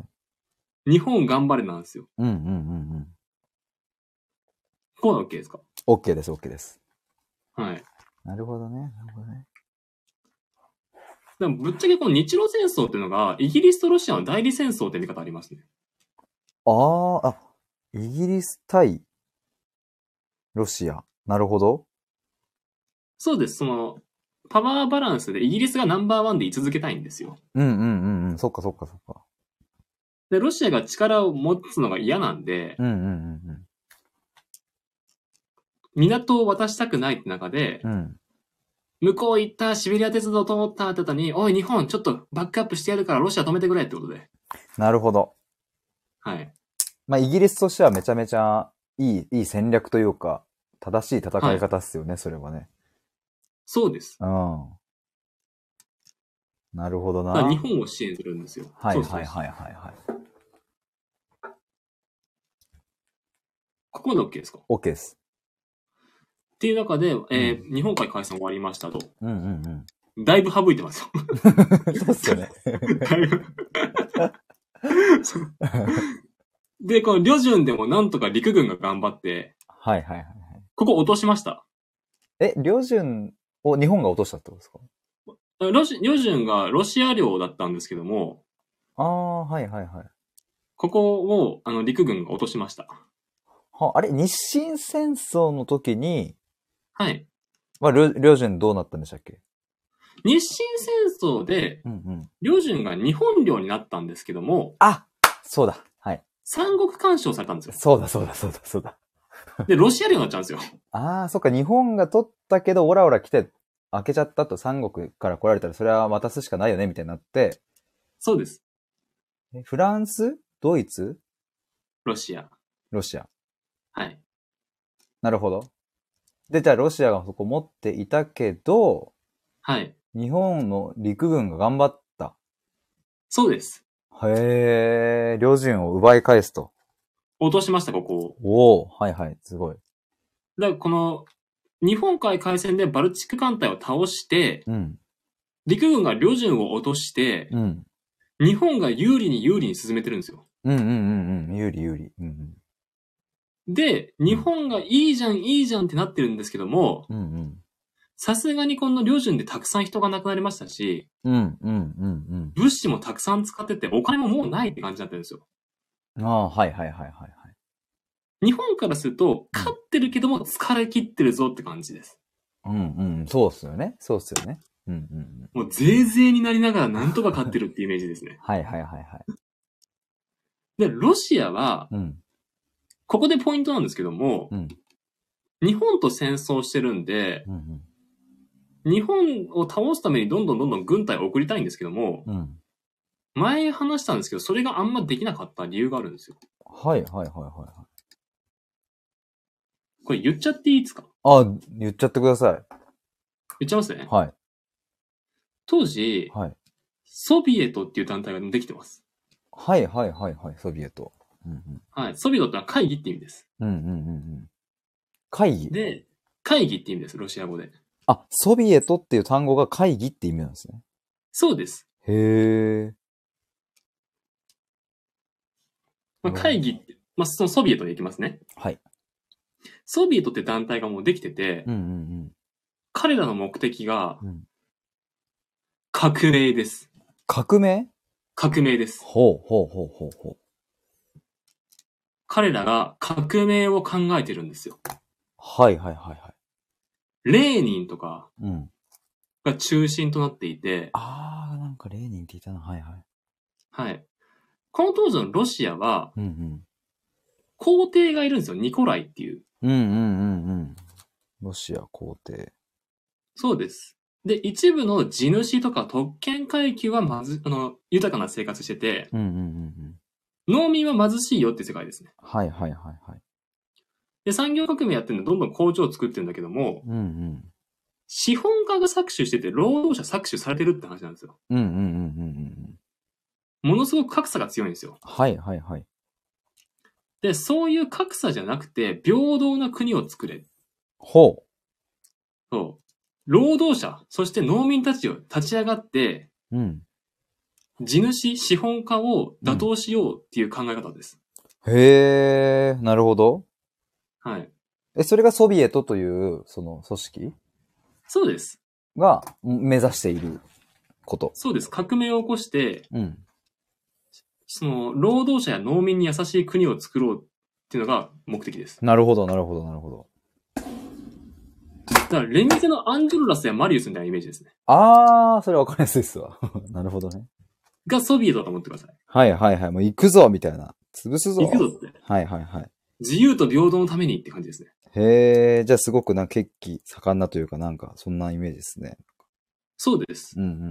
B: 日本頑張れなんですよ。
A: うんうんうんうん。
B: こうなわけですか？
A: OK です、OK です。
B: はい。
A: なるほどね、なるほどね。
B: でもぶっちゃけこの日露戦争っていうのが、イギリスとロシアの代理戦争って見方ありますね。
A: イギリス対ロシア。なるほど。
B: そうです。パワーバランスでイギリスがナンバーワンで居続けたいんですよ。
A: うんうんうんうん。そっかそっかそっか。
B: で、ロシアが力を持つのが嫌なんで、
A: うんうんうん
B: 港を渡したくないって中で、
A: うん。うん。
B: 向こう行ったシベリア鉄道通ったって後に、おい日本ちょっとバックアップしてやるからロシア止めてくれってことで。
A: なるほど。
B: はい。
A: まあ、イギリスとしてはめちゃめちゃいい戦略というか、正しい戦い
B: はい。
A: 方っすよね、それはね。
B: そうです。
A: うん。なるほど
B: だから日
A: な。
B: 本を支援するんですよ。
A: はい
B: そうそうそう。
A: はいはいはいはい。
B: ここまで OK ですか？
A: OK です。
B: っていう中で、
A: うん。
B: 日本海解散終わりましたと。
A: うんうん
B: だいぶ省いてますよ。
A: うん。そうっすよね。
B: だいぶそうで、この旅順でもなんとか陸軍が頑張って、
A: はいはいはいはい。
B: ここ落としました。
A: 旅順を日本が落としたってことですか？
B: 旅順がロシア領だったんですけども、
A: はいはいはい。
B: ここを陸軍が落としました。
A: あれ、日清戦争の時に、
B: はい。
A: 旅順どうなったんでしたっけ？
B: 日清戦争で、
A: うんうん。
B: 旅順が日本領になったんですけども、
A: そうだ。はい。
B: 三国干渉されたんですよ。
A: そうだそうだそうだそうだ。
B: で、ロシア領になっちゃうんですよ。
A: そっか、日本が取ったけど、オラオラ来て、開けちゃったと三国から来られたら、それは渡すしかないよね、みたいになって、
B: そうです。
A: フランスドイツ
B: ロシア。
A: ロシア。
B: はい。
A: なるほど。で、じゃあロシアがそこ持っていたけど、
B: はい。
A: 日本の陸軍が頑張った。
B: そうです。
A: 旅順を奪い返すと。
B: 落としました、ここ
A: おー、はいはい、すごい。
B: だからこの、日本海海戦でバルチック艦隊を倒して、
A: うん。
B: 陸軍が旅順を落として、
A: うん。
B: 日本が有利に進めてるんですよ。
A: うんうんうんうん。有利有利。うん
B: で、日本がいいじゃんいいじゃんってなってるんですけども、
A: うん。うん
B: さすがにこの旅順でたくさん人が亡くなりましたし、
A: うん。うんうんうん
B: 物資もたくさん使ってて、お金ももうないって感じだったんですよ。
A: うん。はいはいはいはいはい。
B: 日本からすると、勝ってるけども疲れ切ってるぞって感じです。
A: うんうん。そうっすよね。そうっすよね。うんうんうん。
B: もうぜいぜいになりながらなんとか勝ってるっていうイメージですね。
A: はいはいはいはい。
B: で、ロシアは、
A: うん。
B: ここでポイントなんですけども、
A: うん。
B: 日本と戦争してるんで、
A: うん
B: 日本を倒すためにどんどん軍隊を送りたいんですけども、
A: うん。うん。
B: 前話したんですけど、それがあんまできなかった理由があるんですよ。
A: はいはいはいはい。
B: これ言っちゃっていいですか？
A: 言っちゃってください。
B: 言っちゃいますね。
A: はい。
B: 当時、
A: はい。
B: ソビエトっていう団体ができてます。
A: はいはいはいはい。ソビエト。うん
B: はい。ソビエトってのは会議って意味です。
A: うん。うんうんうんうん。会議。
B: で、会議って意味です、ロシア語で。
A: ソビエトっていう単語が会議って意味なんですね。
B: そうです。
A: へえ。
B: 会議って、そのソビエトでいきますね。
A: はい。
B: ソビエトって団体がもうできてて、
A: うんうん
B: 彼らの目的が
A: うん。うん。
B: 革命です。
A: 革命？
B: 革命です。
A: ほうほうほうほうほ
B: 彼らが革命を考えてるんですよ。
A: う。はいはいはいはい。
B: レーニンとか
A: うん。
B: が中心となっていて、
A: なんかレーニンって言ったな。はいはい。
B: はい。この当時のロシアは、
A: うんうん。
B: 皇帝がいるんですよ。ニコライっていう。
A: うんうんうんうん。ロシア皇帝。
B: そうです。で、一部の地主とか特権階級は豊かな生活してて、
A: うんうんうんうん。
B: 農民は貧しいよって世界ですね。
A: はいはいはいはい。
B: で、産業革命やってるのどんどん工場を作ってるんだけども、
A: うんうん。
B: 資本家が搾取してて、労働者搾取されてるって話なんですよ。
A: うんうんうんうんうん。
B: ものすごく格差が強いんですよ。
A: はいはいはい。
B: で、そういう格差じゃなくて、平等な国を作れ。
A: ほ
B: そう。 労働者、そして農民たちを立ち上がって、
A: うん。
B: 地主、資本家を打倒しようっていう考え方です。
A: へー、なるほど。
B: はい。
A: それがソビエトという、その組織
B: そうです。
A: が目指していること。
B: そうです。革命を起こして、
A: うん。
B: その、労働者や農民に優しい国を作ろうっていうのが目的です。
A: なるほど、なるほど、なるほど。
B: だから、レミゼのアンジョロラスやマリウスみたいなイメージですね。
A: それはわかりやすいっすわ。なるほどね。
B: がソビエトだと思ってください。
A: はいはいはい。もう行くぞみたいな。潰すぞ。
B: 行くぞって。
A: はいはいはい。
B: 自由と平等のためにって感じですね。
A: へー、じゃあすごく血気盛んなというかそんなイメージですね。
B: そうです。
A: うんうんうんうん。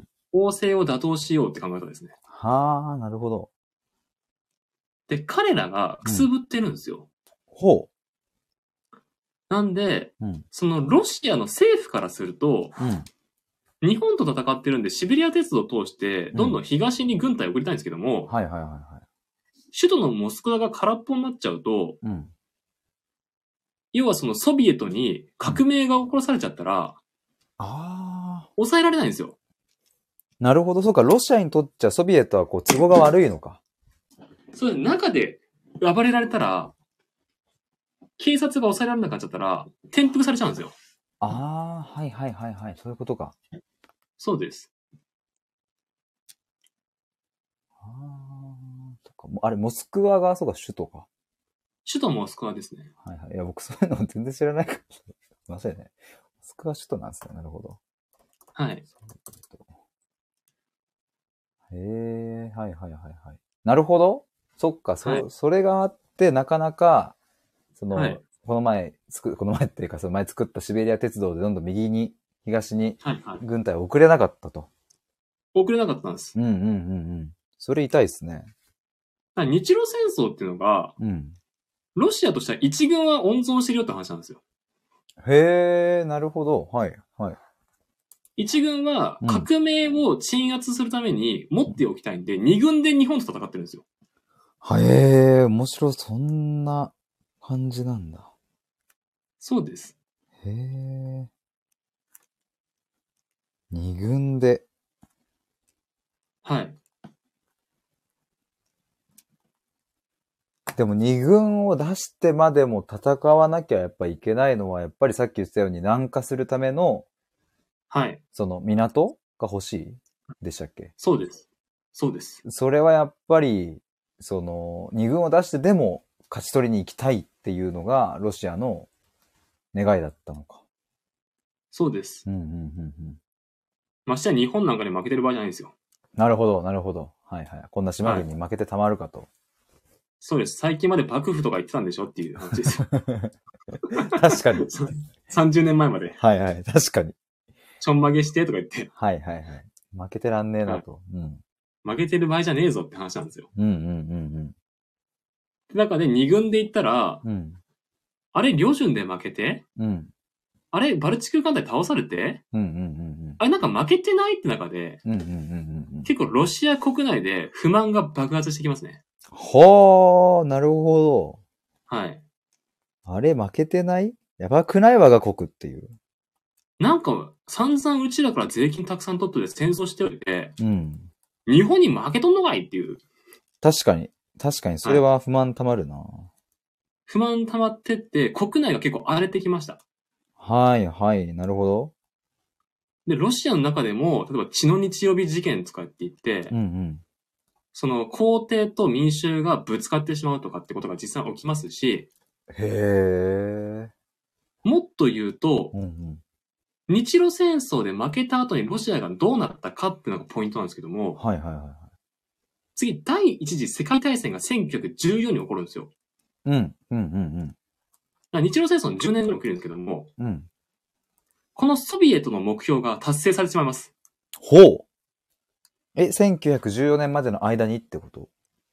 B: 王政を打倒しようって考え方ですね。
A: はー、なるほど。
B: で、彼らがくすぶってるんですよ。
A: ほ
B: なんで、
A: う。うん。
B: そのロシアの政府からすると、
A: うん。
B: 日本と戦ってるんでシベリア鉄道を通して、どんどん東に軍隊を送りたいんですけども、
A: はいはいはいはい。
B: 首都のモスクワが空っぽになっちゃうと、
A: うん。
B: 要はそのソビエトに革命が起こされちゃったら、
A: あ
B: 抑えられないんですよ。
A: なるほど。そうか、ロシアにとっちゃソビエトは都合が悪いのか。
B: それ中で暴れられたら、警察が抑えられなくなっちゃったら、転覆されちゃうんですよ。
A: はいはいはいはい。そういうことか。
B: そうです。
A: そっか。あれ、モスクワが、そうか、首都か。
B: 首都モスクワですね。
A: はいはい。いや、僕そういうの全然知らないから。すいませんね。モスクワ首都なんですね。なるほど。
B: はい。
A: へえ、はいはいはいはい。なるほど。そっか、
B: はい。
A: それがあって、なかなか、
B: はい。
A: この前っていうか、その前作ったシベリア鉄道でどんどん東に
B: はい。はい。
A: 軍隊を送れなかったと。
B: 送れなかったんです。
A: うんうんうんうん。それ痛いですね。
B: 日露戦争っていうのが、
A: うん。
B: ロシアとしては一軍は温存してるよって話なんですよ。
A: へえ、なるほど。はい、はい。
B: 一軍は
A: うん。
B: 革命を鎮圧するために持っておきたいんで、二軍で日本と戦ってるんですよ。
A: へえ、面白い。そんな感じなんだ。
B: そうです。
A: へえ。二軍で。
B: はい。
A: でも二軍を出してまでも戦わなきゃやっぱいけないのは、やっぱりさっき言ってたように南下するための、
B: はい。
A: その港が欲しいでしたっけ？
B: そうです。そうです。
A: それはやっぱり、二軍を出してでも勝ち取りに行きたいっていうのが、ロシアの願いだったのか。
B: そうです。
A: うんうんうんうん。
B: ましてや日本なんかに負けてる場合じゃないんですよ。
A: なるほど、なるほど。はいはい。こんな島
B: はい。
A: 国に負けてたまるかと。
B: そうです。最近まで幕府とか言ってたんでしょっていう話ですよ。
A: 確かに。
B: 30年前まで。
A: はいはい。確かに。
B: ちょんまげしてとか言って。
A: はいはいはい。負けてらんねえ
B: はい。
A: なと。うん。
B: 負けてる場合じゃねえぞって話なんですよ。
A: うんうん
B: 中で二軍で言ったら、
A: うんうん。
B: あれ、旅順で負けて、
A: うん。うん。
B: あれ、バルチク艦隊倒されて、
A: うんうんうん
B: あれなんか負けてないって中で、
A: うん。うんうんうんうんうん。
B: 結構ロシア国内で不満が爆発してきますね。
A: ほー、なるほ
B: はい。
A: ど。あれ、負けてないやばくない我が国っていう。
B: なんか、散々うちらから税金たくさん取ってて戦争しておいて、
A: うん。
B: 日本に負けとんのかいっていう、
A: 確かに。確かに、それ
B: はい。
A: は不満たまるな。
B: 不満溜まってって、国内が結構荒れてきました。
A: はいはい。なるほど。
B: で、ロシアの中でも、例えば血の日曜日事件とかって言って、
A: うんうん。
B: その皇帝と民衆がぶつかってしまうとかってことが実際起きますし、
A: へえ。
B: もっと言うと、
A: うんうん。
B: 日露戦争で負けた後にロシアがどうなったかっていうのがポイントなんですけども、
A: はいはいはい。
B: 次、第一次世界大戦が1914に起こるんですよ。
A: うん、うん、うん、
B: だから日露戦争の10年後に起きるんですけども、
A: うん。うん。
B: このソビエトの目標が達成されてしまいます。
A: ほう。1914年までの間にってこと？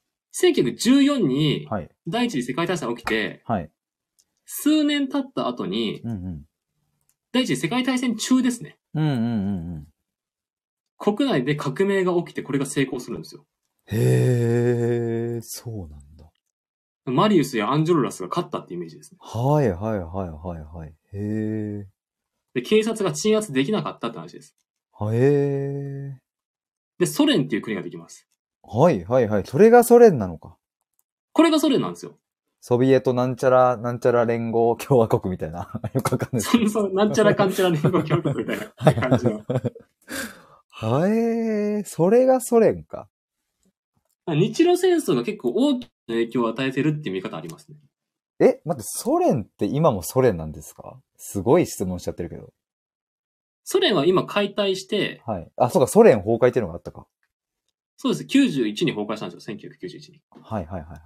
B: 1914に
A: はい。
B: 第一次世界大戦が起きて、
A: はい。
B: 数年経った後に、
A: うんうん。
B: 第一次世界大戦中ですね。
A: うんうんうんうん。
B: 国内で革命が起きてこれが成功するんですよ。
A: へえ、そうなんだ。
B: マリウスやアンジョロラスが勝ったってイメージですね。
A: はいはいはいはいはい。へえ。
B: で、警察が鎮圧できなかったって話です。
A: はえ
B: で、ソ連っていう国ができます。
A: ー。はいはいはい。それがソ連なのか。
B: これがソ連なんですよ。
A: ソビエトなんちゃら、なんちゃら連合共和国みたいな。よくわかんないですけど。
B: なんちゃらかんちゃら連合協国みたいな感じの。
A: はえー、それがソ連か。
B: 日露戦争が結構大きな影響を与えてるっていう見方ありますね。
A: 待って、ソ連って今もソ連なんですか？すごい質問しちゃってるけど。
B: ソ連は今解体して、
A: はい。あ、そうか、ソ連崩壊っていうのがあったか。
B: そうです。91に崩壊したんですよ。1991に。
A: はいはいはいはい。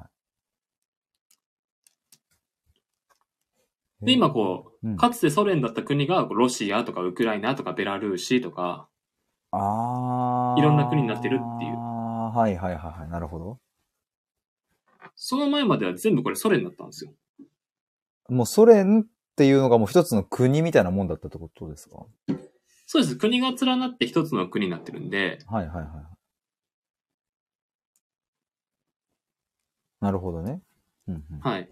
B: で、今こう、
A: うん。
B: かつてソ連だった国がロシアとかウクライナとかベラルーシとか、いろんな国になってるっていう。
A: はいはいはいはい。なるほど。
B: その前までは全部これソ連だったんですよ。
A: もうソ連っていうのがもう一つの国みたいなもんだったってことですか？
B: そうです。国が連なって一つの国になってるんで。
A: はいはいはい。なるほどね。うんうん、
B: はい。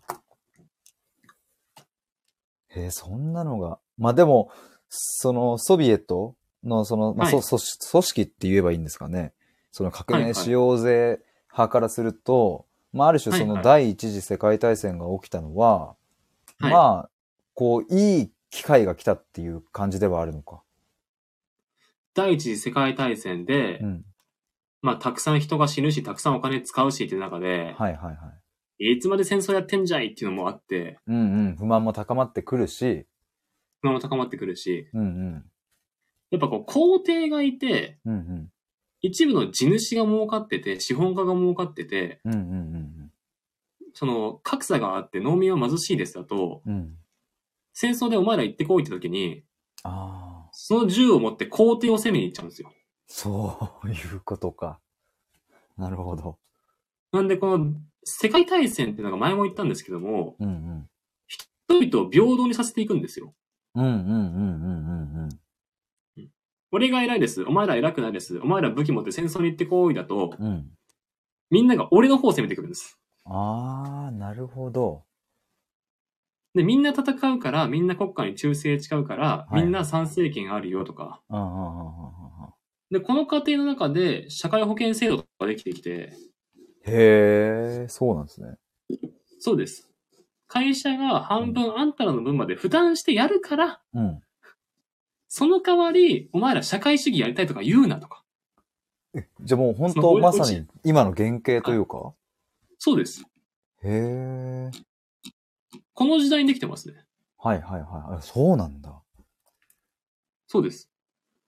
A: そんなのが。まあでも、そのソビエトのその、まあ、
B: はい。
A: 組織って言えばいいんですかね。その革
B: はいはい。
A: 命しようぜ派からすると、まあある種その
B: はいはい。
A: 第一次世界大戦が起きたのは、
B: はい。
A: まあ、こう、いい機会が来たっていう感じではあるのか。
B: 第一次世界大戦で、
A: うん。
B: まあ、たくさん人が死ぬし、たくさんお金使うしっていう中で、
A: はいはいはい。
B: いつまで戦争やってんじゃいっていうのもあって、
A: うんうん。不満も高まってくるし、
B: 不満も高まってくるし、
A: うんうん。
B: やっぱこう、皇帝がいて、
A: うんうん。
B: 一部の地主が儲かってて、資本家が儲かってて、
A: うんうんうん
B: その格差があって農民は貧しいですだと、
A: うん。うん。
B: 戦争でお前ら行ってこいって時に、
A: ああ、
B: その銃を持って皇帝を攻めに行っちゃうんですよ。
A: そういうことか。なるほど。
B: なんでこの世界大戦っていうのが前も言ったんですけども、
A: うんうん。
B: 人々を平等にさせていくんですよ。
A: うんうんうんうんうんうん。
B: 俺が偉いです。お前ら偉くないです。お前ら武器持って戦争に行ってこいだと、
A: うん。
B: みんなが俺の方を攻めてくるんです。
A: ああ、なるほど。
B: で、みんな戦うから、みんな国家に忠誠誓うから、みんな
A: はいはい。
B: 参政権あるよとか。
A: うんうんうんうんうん。
B: で、この過程の中で社会保険制度とかできてきて、
A: へえ、そうなんですね。
B: そうです。会社が
A: うん。
B: 半分あんたらの分まで負担してやるから、
A: うん。
B: その代わり、お前ら社会主義やりたいとか言うなとか。
A: じゃあもう本
B: その、
A: 当まさに
B: おうち、
A: 今の原型と
B: はい。
A: いうか。
B: そうです。
A: へえ。
B: この時代にできてますね。
A: はいはいはい。あ、そうなんだ。
B: そうです。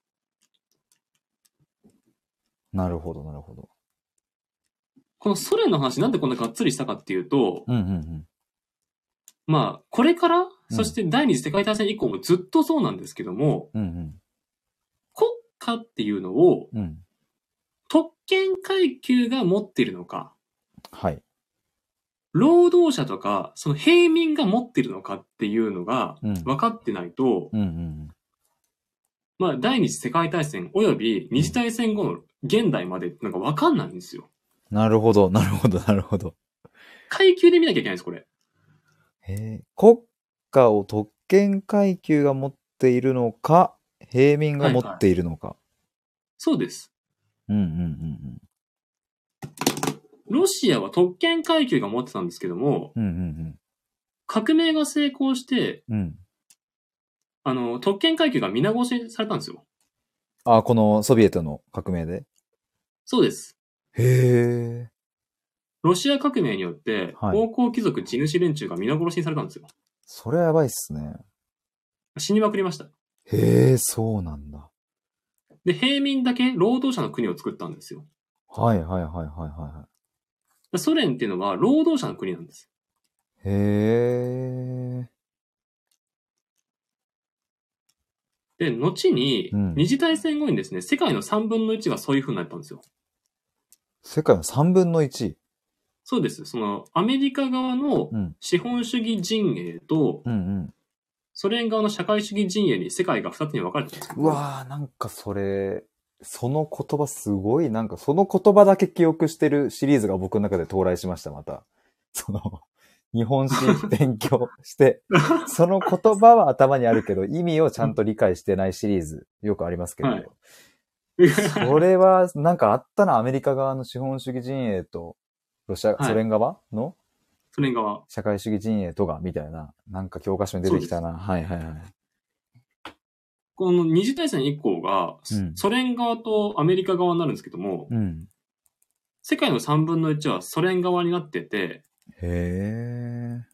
A: なるほどなるほど。
B: このソ連の話なんでこんながっつりしたかっていうと、
A: うんうん
B: まあ、これから、
A: うん。うん。
B: そして第二次世界大戦以降もずっとそうなんですけども、
A: うんうん。
B: 国家っていうのを
A: うん。
B: 特権階級が持っているのか、
A: はい。
B: 労働者とか、その平民が持っているのかっていうのが
A: うん。
B: 分かってないと、
A: うんうん
B: まあ、第二次世界大戦及び
A: うん。うん。
B: 二次大戦後の現代までなんか分かんないんですよ。
A: なるほど、なるほど、なるほど。
B: 階級で見なきゃいけないんです、これ。
A: 国家を特権階級が持っているのか、平民が持っ
B: はいはい。
A: ているのか。
B: そうです。
A: うんうん
B: ロシアは特権階級が持ってたんですけども、
A: うんうん。うん
B: 革命が成功して、
A: うんうん。
B: 特権階級が皆殺しされたんですよ。
A: あ、このソビエトの革命で。
B: そうです。
A: へえ。
B: ロシア革命によって、
A: はい。
B: 王侯貴族地主連中が皆殺しにされたんですよ。
A: それはやばいっすね。
B: 死にまくりました。
A: へえ、そうなんだ。
B: で、平民だけ労働者の国を作ったんですよ。
A: はいはいはいはいは
B: ソ連っていうのは労働者の国なんです。
A: いはい。へえ。
B: で、後に、
A: うん。
B: 二次大戦後にですね、世界の3分の1がそういう風になったんですよ。
A: 世界の3分の1。
B: そうです。その、アメリカ側の
A: うん。
B: 資本主義陣営と、
A: うんうん。
B: ソ連側の社会主義陣営に世界が2つに分かれてたんですけど、
A: うわー、なんかそれ、その言葉すごい、なんかその言葉だけ記憶してるシリーズが僕の中で到来しました、また。その、 日本史勉強して、その言葉は頭にあるけど、意味をちゃんと理解してないシリーズ、よくありますけど、
B: はい。
A: それはなんかあったな、アメリカ側の資本主義陣営と、ソ
B: はい。
A: 連側の
B: ソ連側。
A: 社会主義陣営とか、みたいな、なんか教科書に出
B: そうです。
A: てきたな。はいはいはい。
B: この二次大戦以降が、
A: うん。
B: ソ連側とアメリカ側になるんですけども、
A: うん。
B: 世界の3分の1はソ連側になってて、
A: へえ。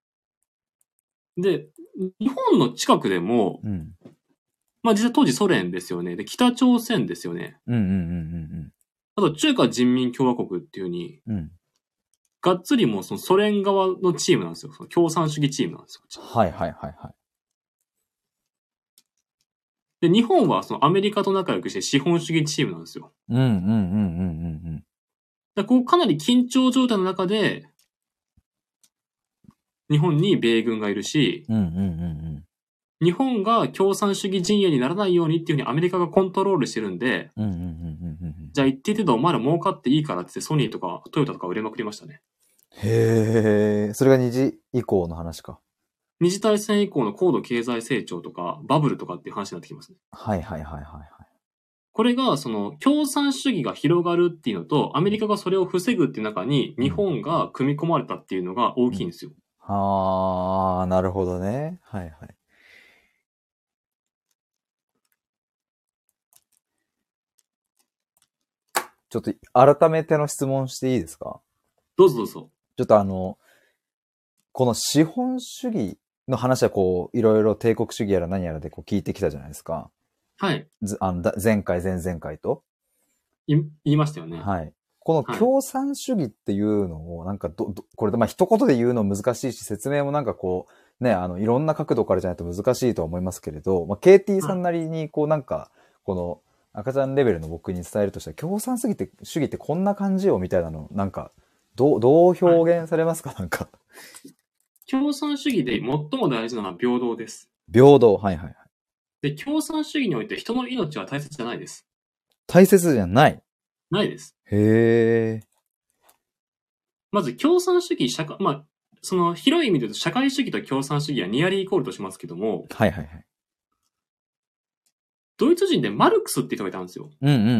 B: で、日本の近くでも、
A: うん。
B: まあ実際当時ソ連ですよね。で、北朝鮮ですよね。
A: うんうんうん
B: あと中華人民共和国っていう風に、
A: うんうん。うん。
B: がっつりもうそのソ連側のチームなんですよ。その共産主義チームなんですよ。
A: はいはいはいはい。
B: で、日本はそのアメリカと仲良くして資本主義チームなんですよ。
A: うんうんうんうんうん
B: だこうかなり緊張状態の中で、日本に米軍がいるし、
A: うん。うんうんうん
B: 日本が共産主義陣営にならないようにっていう風にアメリカがコントロールしてるんで、
A: うん。うんうんうんうんうん
B: じゃあ一定程度お前ら儲かっていいからってソニーとかトヨタとか売れまくりましたね。
A: へえ、それが2時以降の話か。
B: 二次大戦以降の高度経済成長とかバブルとかっていう話になってきますね。
A: はいはいはいはいはい。
B: これがその共産主義が広がるっていうのとアメリカがそれを防ぐっていう中に日
A: うん。
B: 本が組み込まれたっていうのが大
A: うん。
B: きいんですよ。
A: ああ、なるほどね。はいはい。ちょっと改めての質問していいですか？
B: どうぞどうぞ。
A: ちょっとこの資本主義の話はこう、いろいろ帝国主義やら何やらでこう聞いてきたじゃないですか。
B: はい。
A: 前回、前々回と。
B: 言いましたよね。
A: はい。この
B: はい。
A: 共産主義っていうのを、なんかこれでまあ一言で言うの難しいし、説明もなんかこう、ね、いろんな角度からじゃないと難しいとは思いますけれど、まあ、KT
B: はい。
A: さんなりに、こうなんか、この赤ちゃんレベルの僕に伝えるとしたら、共産主義ってこんな感じよみたいなの、なんか、どう
B: はい。
A: 表現されますか？なんか。
B: 共産主義で最も大事なのは平等です。
A: 平等。はいはいはい。
B: で、共産主義において人の命は大切じゃないです。
A: 大切じゃない。
B: ないです。
A: へえ。
B: まず共産主義、まあ、その広い意味で言うと社会主義と共産主義はニアリーイコールとしますけども、
A: はいはいはい。
B: ドイツ人でマルクスって人がいたんですよ。
A: うんうんうんうん。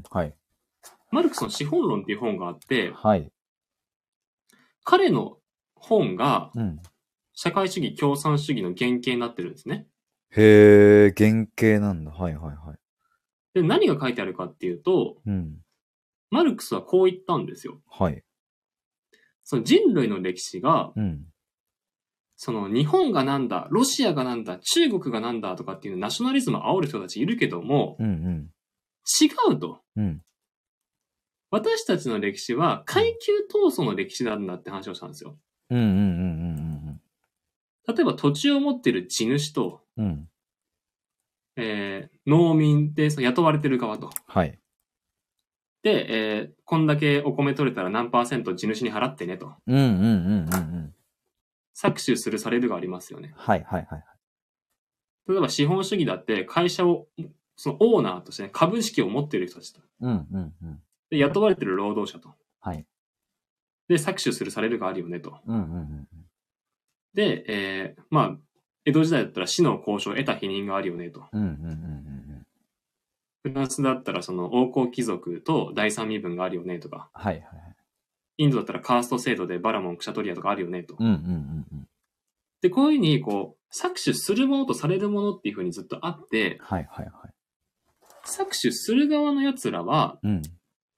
A: はい。
B: マルクスの資本論っていう本があって、
A: はい。
B: 彼の本が
A: うん。
B: 社会主義共産主義の原型になってるんですね。
A: へえ、原型なんだ。はいはいはい。
B: で、何が書いてあるかっていうと、
A: うん。
B: マルクスはこう言ったんですよ。
A: はい。
B: その人類の歴史が、
A: うん。
B: その日本がなんだ、ロシアがなんだ、中国がなんだとかっていうナショナリズムを煽る人たちいるけども、
A: うんうん。
B: 違うと。
A: うん。
B: 私たちの歴史は階
A: うん。
B: 級闘争の歴史なんだって話をしたんですよ。
A: うんうんうん
B: 例えば土地を持っている地主と、
A: うんうん。うん。
B: 農民でその雇われてる側と。
A: はい。
B: で、こんだけお米取れたら何パーセント地主に払ってねと。
A: うんうんうんうんうん。
B: 搾取するされるがありますよね。
A: はいはいはい。
B: 例えば資本主義だって会社を、そのオーナーとして、ね、株式を持っている人たちと。
A: うんうんうん。
B: で、雇われている労働者と。
A: はい。
B: で、搾取するされるがあるよねと。
A: うんうんうん
B: で、まあ、江戸時代だったら死の交渉を得た否認があるよねと。
A: うんうんうん
B: フランスだったらその王侯貴族と第三身分があるよねとか。
A: はいはいはい。
B: インドだったらカースト制度でバラモン、クシャトリアとかあるよねと。
A: うんうんうんうん。
B: で、こういうふうに、こう、搾取するものとされるものっていうふうにずっとあって、
A: はいはいはい。
B: 搾取する側の奴らは、
A: うん。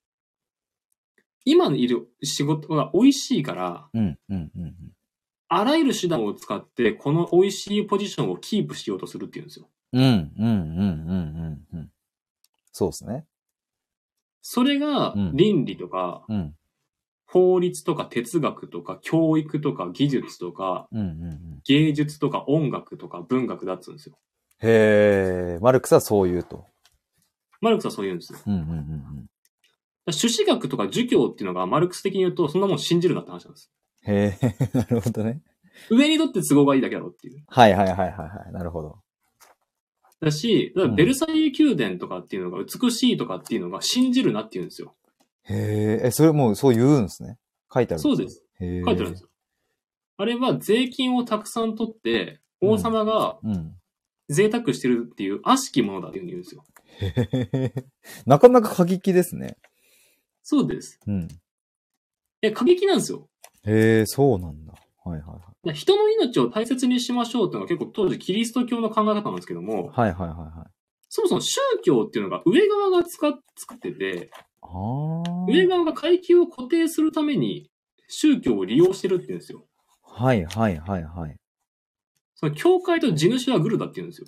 B: 今のいる仕事が美味しいから、
A: うんうんうん
B: あらゆる手段を使って、この美味しいポジションをキープしようとするっていうんですよ。
A: うん。うんうんうんうんうん。そうですね。
B: それが
A: うん。
B: 倫理とか、
A: うん。
B: 法律とか哲学とか教育とか技術とか
A: うんうんうん。
B: 芸術とか音楽とか文学だっつうんですよ。
A: へえ、マルクスはそう言うと。
B: マルクスはそう言うんですよ。
A: うんうんうん
B: 朱子学とか儒教っていうのがマルクス的に言うとそんなもん信じるなって話なんです。
A: うん。へえ、なるほどね。
B: 上にとって都合がいいだけだろっていう。
A: はいはいはいはいはい。なるほど。
B: だし、だからベル
A: うん。
B: サイユ宮殿とかっていうのが美しいとかっていうのが信じるなっていうんですよ。
A: へえ、それもうそう言うんですね。書いてあるんですか？
B: そうです。
A: へえ。
B: 書いてあるんですよ。 あれは税金をたくさん取って、王様が
A: うん。
B: 贅沢してるっていう悪しきものだっていうふうに言うんですよ。
A: へへへ。なかなか過激ですね。
B: そうです。
A: うん。
B: 過激なんですよ。
A: へえ、そうなんだ。はいはいはい。
B: 人の命を大切にしましょうっていうのは結構当時キリスト教の考え方なんですけども、
A: はいはいはいはい。
B: そもそも宗教っていうのが上側が作ってて、
A: ああ。
B: 上側が階級を固定するために宗教を利用してるって言うんですよ。
A: はいはいはいはい。
B: その教会と地主はグルだって言うんですよ。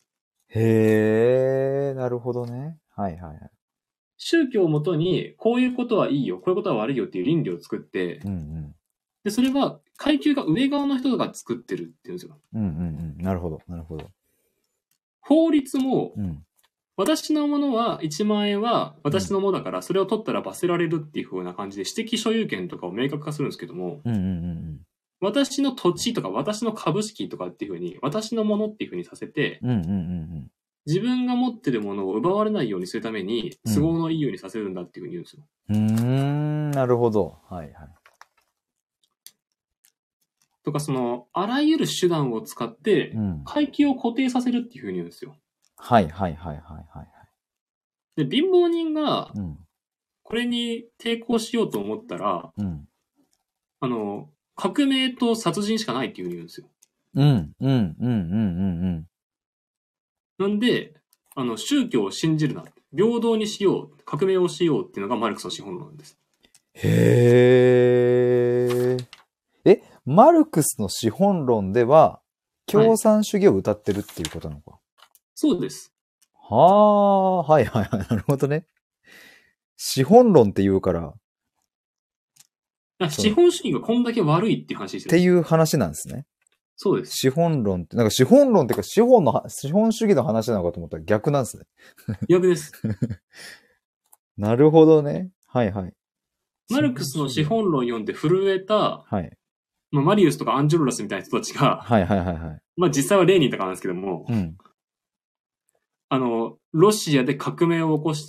A: へえ、なるほどね。はいはいはい。
B: 宗教をもとにこういうことはいいよ、こういうことは悪いよっていう倫理を作って、
A: うんうん。
B: で、それは階級が上側の人が作ってるって言うんですよ。
A: うんうんうん。なるほど、なるほど。
B: 法律も、
A: うん。
B: 私のものは1万円は私
A: うん
B: のものだから、それを取ったら罰せられるっていう風な感じで、私的所有権とかを明確化するんですけども、
A: うんうんうん
B: 私の土地とか私の株式とかっていう風に、私のものっていう風にさせて、
A: うん。うんうんうん
B: 自分が持ってるものを奪われないようにするために、
A: うん。
B: 都合のいいようにさせるんだっていう風に言うんですよ。
A: なるほど。はいはい。
B: とか、あらゆる手段を使って、
A: うん。
B: 階級を固定させるっていう風に言うんですよ。
A: はいはいはいはいはい。
B: で、貧乏人が、
A: うん。
B: これに抵抗しようと思ったら、
A: うん。
B: 革命と殺人しかないっていう風に言うんですよ。
A: うんうんうんうんうん
B: なんで、宗教を信じるな。平等にしよう。革命をしようっていうのがマルクスの資本論なんです。
A: へえ。え、マルクスの資本論では、共産主義を歌ってるっていうことなのか。
B: そうです。
A: はあ、はいはいはい。なるほどね。資本論って言うから、その、っ
B: 資本主義がこんだけ悪いっていう話してる
A: て
B: んですよ。
A: いう話なんですね。
B: そうです。
A: 資本論って、なんか資本論っていうか資本主義の話なのかと思ったら逆なんですね。
B: 逆です。
A: なるほどね。はいはい。
B: マルクスの資
A: 資本主義。
B: 本論読んで震えた、
A: はい。
B: マリウスとかアンジョロラスみたいな人たちが、
A: はいはいはいはい。
B: 実際はレーニンとかなんですけども、
A: うん。
B: ロシアで革命を起こして、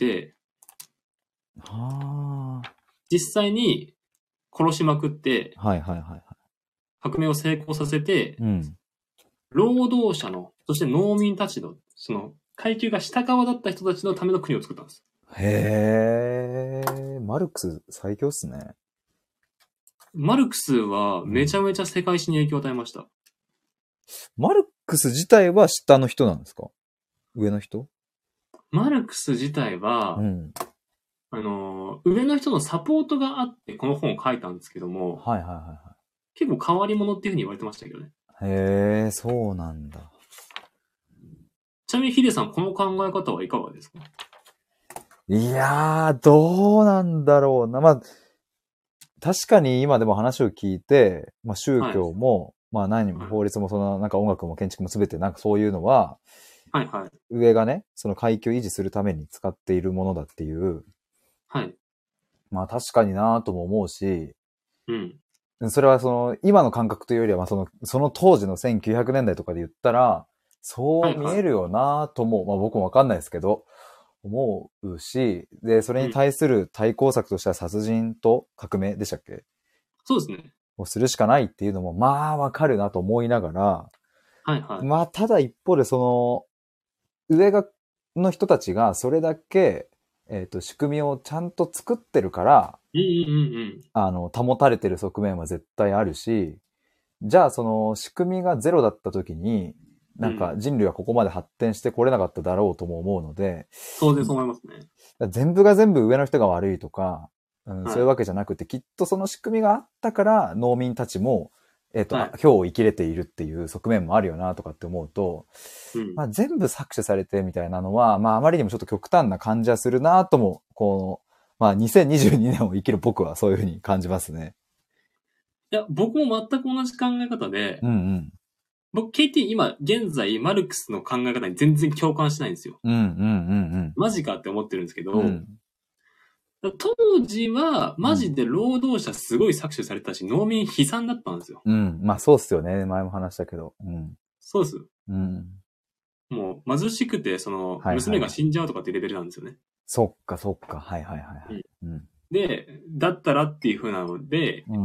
A: は
B: 実際に殺しまくって、
A: あ。はいはいはいはい。
B: 革命を成功させて、
A: うん。
B: 労働者の、そして農民たちの、階級が下側だった人たちのための国を作ったんです。
A: へえ、マルクス最強っすね。
B: マルクスはめちゃめちゃ世界史に影響を与えました。
A: マルクス自体は下の人なんですか？上の人？
B: マルクス自体は、
A: うん。
B: 上の人のサポートがあってこの本を書いたんですけども、
A: はいはいはいは
B: 結構変わり者っていうふうに言われてましたけどね。
A: い。へえ、そうなんだ。
B: ちなみにヒデさん、この考え方はいかがですか？
A: いやー、どうなんだろうな。まあ、確かに今でも話を聞いて、まあ宗
B: はい。
A: 教も、まあ何も
B: はい。
A: 法律もそのなんか音楽も建築もすべてなんかそういうのは、
B: はいはい。
A: 上がね、その階級を維持するために使っているものだっていう、
B: はい。
A: まあ確かになぁとも思うし、
B: うん。
A: それはその今の感覚というよりは、まあその当時の1900年代とかで言ったら、そう見
B: はいはい。
A: えるよなぁとも、まあ僕もわかんないですけど、思うし、で、それに
B: うん。
A: 対する対抗策としては殺人と革命でしたっけ
B: そうですね。
A: をするしかないっていうのも、まあわかるなと思いながら、
B: はいはい。
A: まあただ一方でその、の人たちがそれだけ、仕組みをちゃんと作ってるから、
B: うんうん
A: 保たれてる側面は絶対あるし、じゃあその仕組みがゼロだった時に、
B: うん。
A: なんか
B: うん。
A: 人類はここまで発展してこれなかっただろうとも思うので、
B: 当然そう思いますね。
A: 全部が全部上の人が悪いとか、そういう
B: はい。
A: わけじゃなくて、きっとその仕組みがあったから農民たちも、
B: はい。
A: 今日を生きれているっていう側面もあるよなとかって思うと、
B: うん。
A: まあ全部搾取されてみたいなのは、まああまりにもちょっと極端な感じはするなとも、この、まあ2022年を生きる僕はそういうふうに感じますね。
B: いや、僕も全く同じ考え方で、
A: うんうん。
B: 僕、KT 今、現在、マルクスの考え方に全然共感しないんですよ。
A: うんうんうん
B: マジかって思ってるんですけ
A: うん。う
B: ど、
A: ん。
B: 当時は、
A: うん。
B: マジで労働者すごい搾取されたし、農民悲惨だったんですよ。
A: うん。まあそうっすよね。前も話したけど。うん。
B: そうです。
A: うん。
B: もう、貧しくて、
A: はいはいはい。
B: 娘が死んじゃうとかっていうレベルなんですよね。
A: そっかそっか。はいはいはいはい。
B: うん。
A: うん。
B: で、だったらっていう風なので、
A: うん。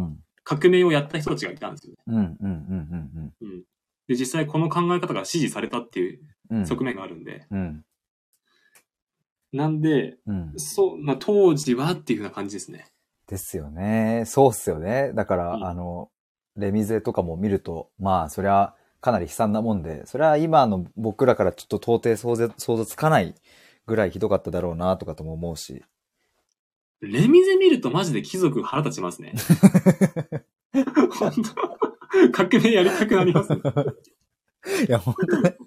B: 革命をやった人たちがいたんですよね。
A: うん、うん、うん、うん
B: うん。で、実際この考え方が支持されたっていう
A: うん。
B: 側面があるんで。
A: うん。
B: なんで、
A: うん。
B: そう、まあ、当時はっていう風な感じですね。
A: ですよね。そうっすよね。だから、
B: うん。
A: レミゼとかも見ると、まあ、そりゃ、かなり悲惨なもんで、それは今の僕らからちょっと到底想像つかないぐらいひどかっただろうな、とかとも思うし。
B: レミゼ見るとマジで貴族腹立ちますね。本当革命やりたくなりますね。
A: いや、本当ね。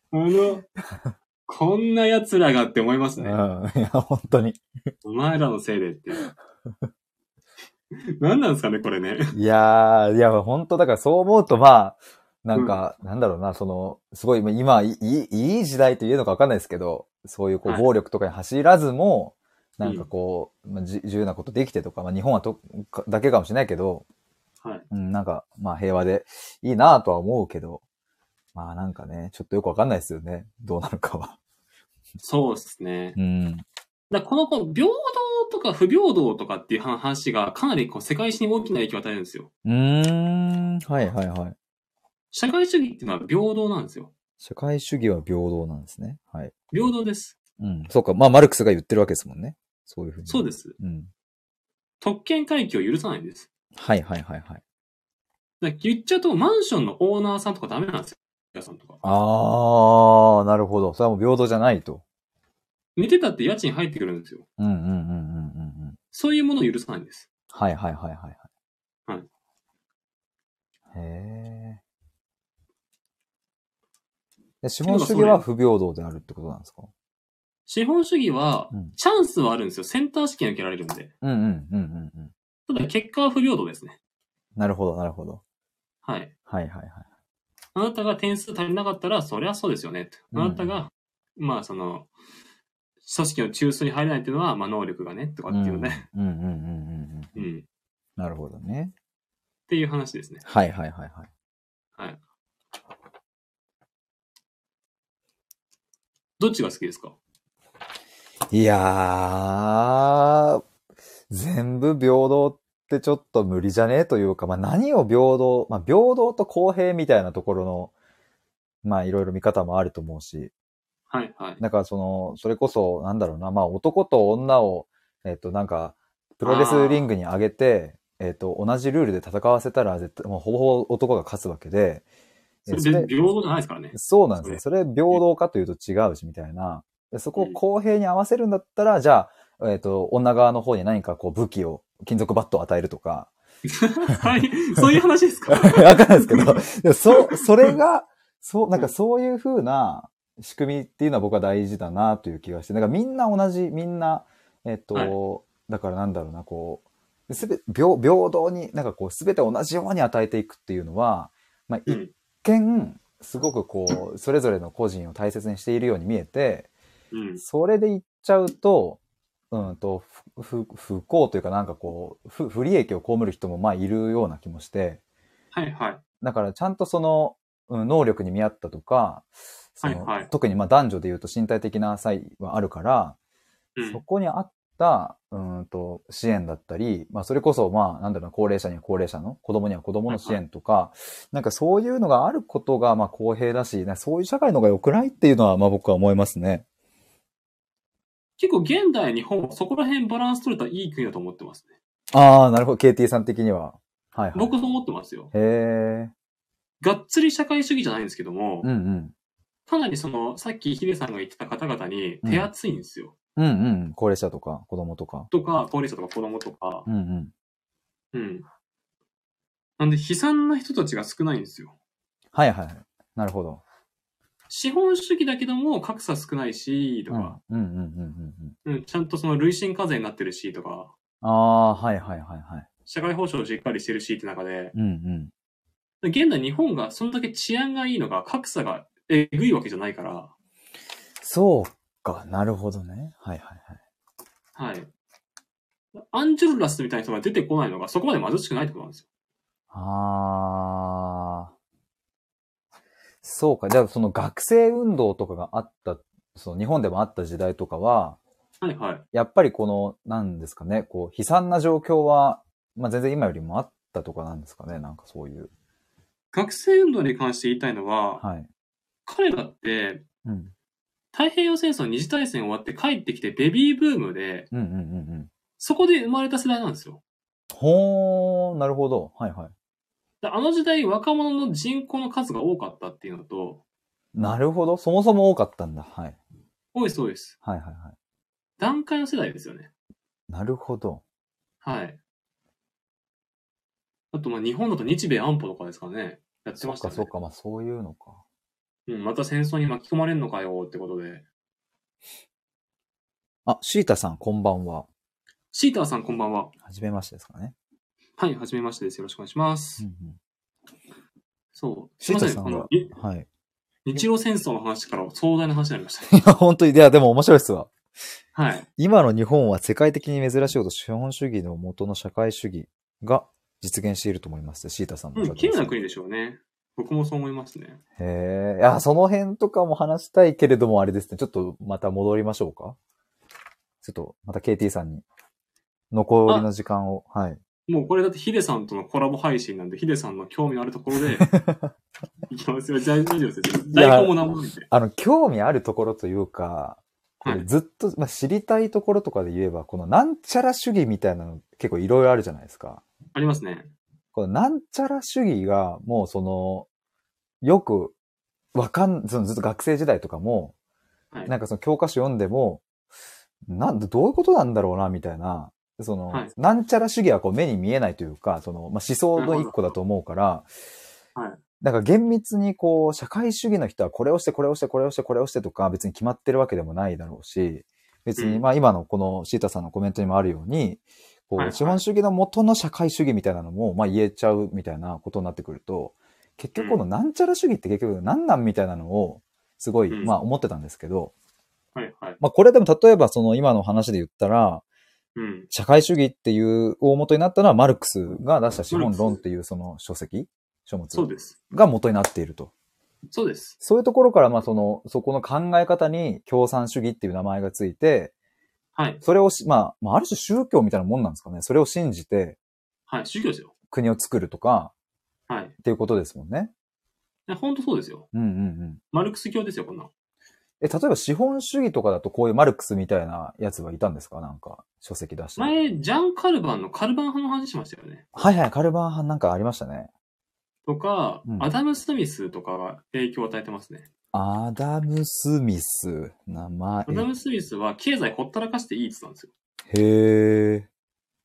B: こんな奴らがって思いますね。
A: うん。いや、本当に。
B: お前らのせいでっていう。何なんですかね、これね。
A: いやー、いや、本当だからそう思うと、まあ、な
B: うん。
A: んか、なんだろうな、すごい、今、いい時代と言うのかわかんないですけど、そういうこう、
B: はい。
A: 暴力とかに走らずも、なんか
B: うん。
A: こう、自由なことできてとか、まあ日本はだけかもしれないけど、
B: はい。
A: うん、なんか、まあ平和でいいなとは思うけど、まあなんかね、ちょっとよくわかんないですよね。どうなるかは。
B: そうですね。
A: うん。
B: この平等とか不平等とかっていう話がかなりこう世界史に大きな影響を与えるんですよ。
A: はいはいはい。
B: 社会主義っていうのは平等なんですよ。
A: 社会主義は平等なんですね。はい。
B: 平等です。
A: うん。そうか。まあマルクスが言ってるわけですもんね。そういうふうに。
B: そうです。
A: うん。
B: 特権階級を許さないんです。
A: はいはいはいはい。
B: 言っちゃうとマンションのオーナーさんとかダメなんですよ。皆さんとか。
A: あー、なるほど。それはもう平等じゃないと。
B: 寝てたって家賃入ってくるんですよ。
A: うんうんうんうんうんうん。
B: そういうものを許さないんです。
A: はいはいはいはい。
B: はい。
A: へー。資
B: っていう
A: 本主義
B: のがそれ。
A: は不平等であるってことなんですか？
B: 資本主義は、
A: うん。
B: チャンスはあるんですよ。センター試験受けられるんで。
A: うんうんうんうんうん。
B: ただ結果は不平等ですね。
A: なるほどなるほど。
B: はい。
A: はいはいはい。
B: あなたが点数足りなかったら、そりゃそうですよね。
A: うんうん。
B: あなたが、まあ組織の中枢に入れないっていうのは、まあ能力がね、とか
A: うん。
B: っていうので、
A: うんうんうんうんうん。
B: うん。っ
A: なるほどね。
B: ていう話ですね。
A: はいはいはいはい。
B: はい。どっちが好きですか？
A: いやー、全部平等ってちょっと無理じゃねえというか、まあ何を平等、まあ平等と公平みたいなところの、まあいろいろ見方もあると思うし、
B: はいはい。
A: だからそれこそ、なんだろうな、まあ男と女を、なんか、プロレスリン
B: あ
A: グに上げて、同じルールで戦わせたら絶対、もうほぼほぼ男が勝つわけで、
B: それ
A: それ、
B: 平等じゃないですからね。
A: そうなんですよ。
B: それ。
A: それ平等かというと違うし、みたいな。でそこを
B: うん。
A: 公平に合わせるんだったら、じゃあ、女側の方に何かこう武器を、金属バットを与えるとか、
B: はい。そういう話ですか？
A: わかんないですけど、でもそれが、なんかそういう風な仕組みっていうのは僕は大事だなという気がして、なんかみんな同じ、みんな、
B: はい。
A: だからなんだろうな、こう、平等に、なんかこう、すべて同じように与えていくっていうのは、まあ一
B: うん。
A: 見、すごくこう、それぞれの個人を大切にしているように見えて、
B: うん。
A: それで言っちゃうと、不幸というかなんかこう、不利益を被る人もまあいるような気もして、
B: はいはい。
A: だからちゃんと能力に見合ったとか、
B: はいはい。
A: 特にまあ男女で言うと身体的な差異はあるから、そ
B: うん。
A: こに合った、支援だったり、まあそれこそまあなんだろうな、高齢者には高齢者の、子供には子供の支
B: はいはい。
A: 援とか、なんかそういうのがあることがまあ公平だし、そういう社会の方が良くないっていうのはまあ僕は思いますね。
B: 結構現代日本はそこら辺バランス取れたいい国だと思ってますね。
A: ああ、なるほど。KT さん的には。はいはい。
B: 僕そう思ってますよ。
A: へえ。
B: がっつり社会主義じゃないんですけども、
A: うんうん。
B: かなりさっきヒデさんが言ってた方々に手
A: うん。
B: 厚いんですよ。
A: うんうん。高齢者とか子供とか。
B: とか、高齢者とか子供とか。
A: うんうん。
B: うん。なんで悲惨な人たちが少ないんですよ。
A: はいはいはい。なるほど。
B: 資本主義だけども格差少ないし、と
A: うん。
B: か、
A: うんうんうんうんうん。
B: うん、ちゃんと累進課税になってるし、とか、
A: ああ、はいはいはいはい。
B: 社会保障しっかりしてるしって中で、
A: うんうん。
B: 現代日本がそんだけ治安がいいのが格差がえぐいわけじゃないから、
A: そうか、なるほどね。はいはいはい。
B: はい。アンジュルラスみたいな人が出てこないのがそこまで貧しくないってことなんですよ。
A: ああ、そうか。じゃあその学生運動とかがあった、日本でもあった時代とかは、
B: はいはい。
A: やっぱりなんですかね、こう、悲惨な状況は、まあ全然今よりもあっったとかなんですかね、なんかそういう。
B: 学生運動に関して言いたいのは、
A: はい。
B: 彼らって、
A: うん。
B: 太平洋戦争二次大戦終わって帰ってきてベビーブームで、
A: うんうんうんうん。
B: そこで生まれた世代なんですよ。
A: ほー、なるほど。はいはい。
B: であの時代若者の人口の数が多かったっていうのと、
A: なるほど。そもそも多かったんだ。はい。
B: 多いです多いです。
A: はいはいはい。
B: 団塊の世代ですよね。
A: なるほど。
B: はい。あと日本だと日米安保とかですかね。やって
A: そ
B: ましたよね。
A: っかそっか。まあそういうのか。
B: うん、また戦争に巻き込まれんのかよってことで。
A: あ、シータさん、こんばんは。
B: シーターさんこんばんは。
A: はじめましてですかね。
B: はい、はじめましてです。よろしくお願いしま
A: うん
B: す。
A: うん。
B: そう。す
A: シ
B: いません。
A: ータさんが、はい。
B: 日露戦争の話から壮大な話になりまし
A: いや、本当に、いや、でも面白いっすわ。
B: た。はい。
A: 今の日本は世界的に珍しいほど資本主義の元の社会主義が実現していると思います。シータさんもおっしゃ
B: うん、
A: ってましたね。
B: 綺麗な国でしょうね。僕もそう思いますね。
A: へえ。いや、その辺とかも話したいけれども、あれですね。ちょっとまた戻りましょうか。ちょっと、また KT さんに残り
B: あ、
A: の時間を、はい。
B: もうこれだってヒデさんとのコラボ配信なんで、ヒデさんの興味のあるところでいきますよ。じゃあ大丈夫ですよ。
A: いや
B: 大根もなんもないんで。
A: 興味あるところというか、こ
B: はい。
A: れずっと、まあ、知りたいところとかで言えば、このなんちゃら主義みたいなの結構いろいろあるじゃないですか。
B: ありますね。
A: このなんちゃら主義が、もうその、よくそのずっと学生時代とかも、
B: はい。
A: なんかその教科書読んでも、どういうことなんだろうな、みたいな。その、
B: はい。
A: なんちゃら主義はこう目に見えないというか、その、まあ、思想の
B: なるほど。
A: 一個だと思うから、
B: はい。
A: なんか厳密にこう、社会主義の人はこれをして、これをして、これをして、これをしてとか別に決まってるわけでもないだろうし、別に、
B: うん。
A: まあ今のこのシータさんのコメントにもあるように、こう、
B: はい。はい。
A: 資本主義の元の社会主義みたいなのも、まあ言えちゃうみたいなことになってくると、結局この
B: うん。
A: なんちゃら主義って結局何なんみたいなのを、すごい、
B: うん。
A: まあ思ってたんですけど、
B: はい。はい。
A: まあこれでも例えばその今の話で言ったら、
B: うん。
A: 社会主義っていう大元になったのはマルクスが出した資本
B: マルクス。
A: 論っていうその書物
B: そうです。
A: が元になっていると。
B: そうです。
A: そういうところから、まあそこの考え方に共産主義っていう名前がついて、
B: はい。
A: それをまあ、ある種宗教みたいなもんなんですかね。それを信じて
B: はい。宗教ですよ。
A: 国を作るとか
B: はい。
A: っていうことですもんね。
B: 本当そうですよ。
A: うんうんうん。
B: マルクス教ですよ、こんなん。
A: 例えば資本主義とかだとこういうマルクスみたいなやつはいたんですか？なんか書籍出してる。
B: 前、ジャン・カルバンのカルバン派の話しましたよね。
A: はいはい、カルバン派なんかありましたね。
B: とか、
A: うん。
B: アダム・スミスとかが影響を与えてますね。
A: アダム・スミス、名前。
B: アダム・スミスは経済ほったらかしていいって言ったんですよ。
A: へー。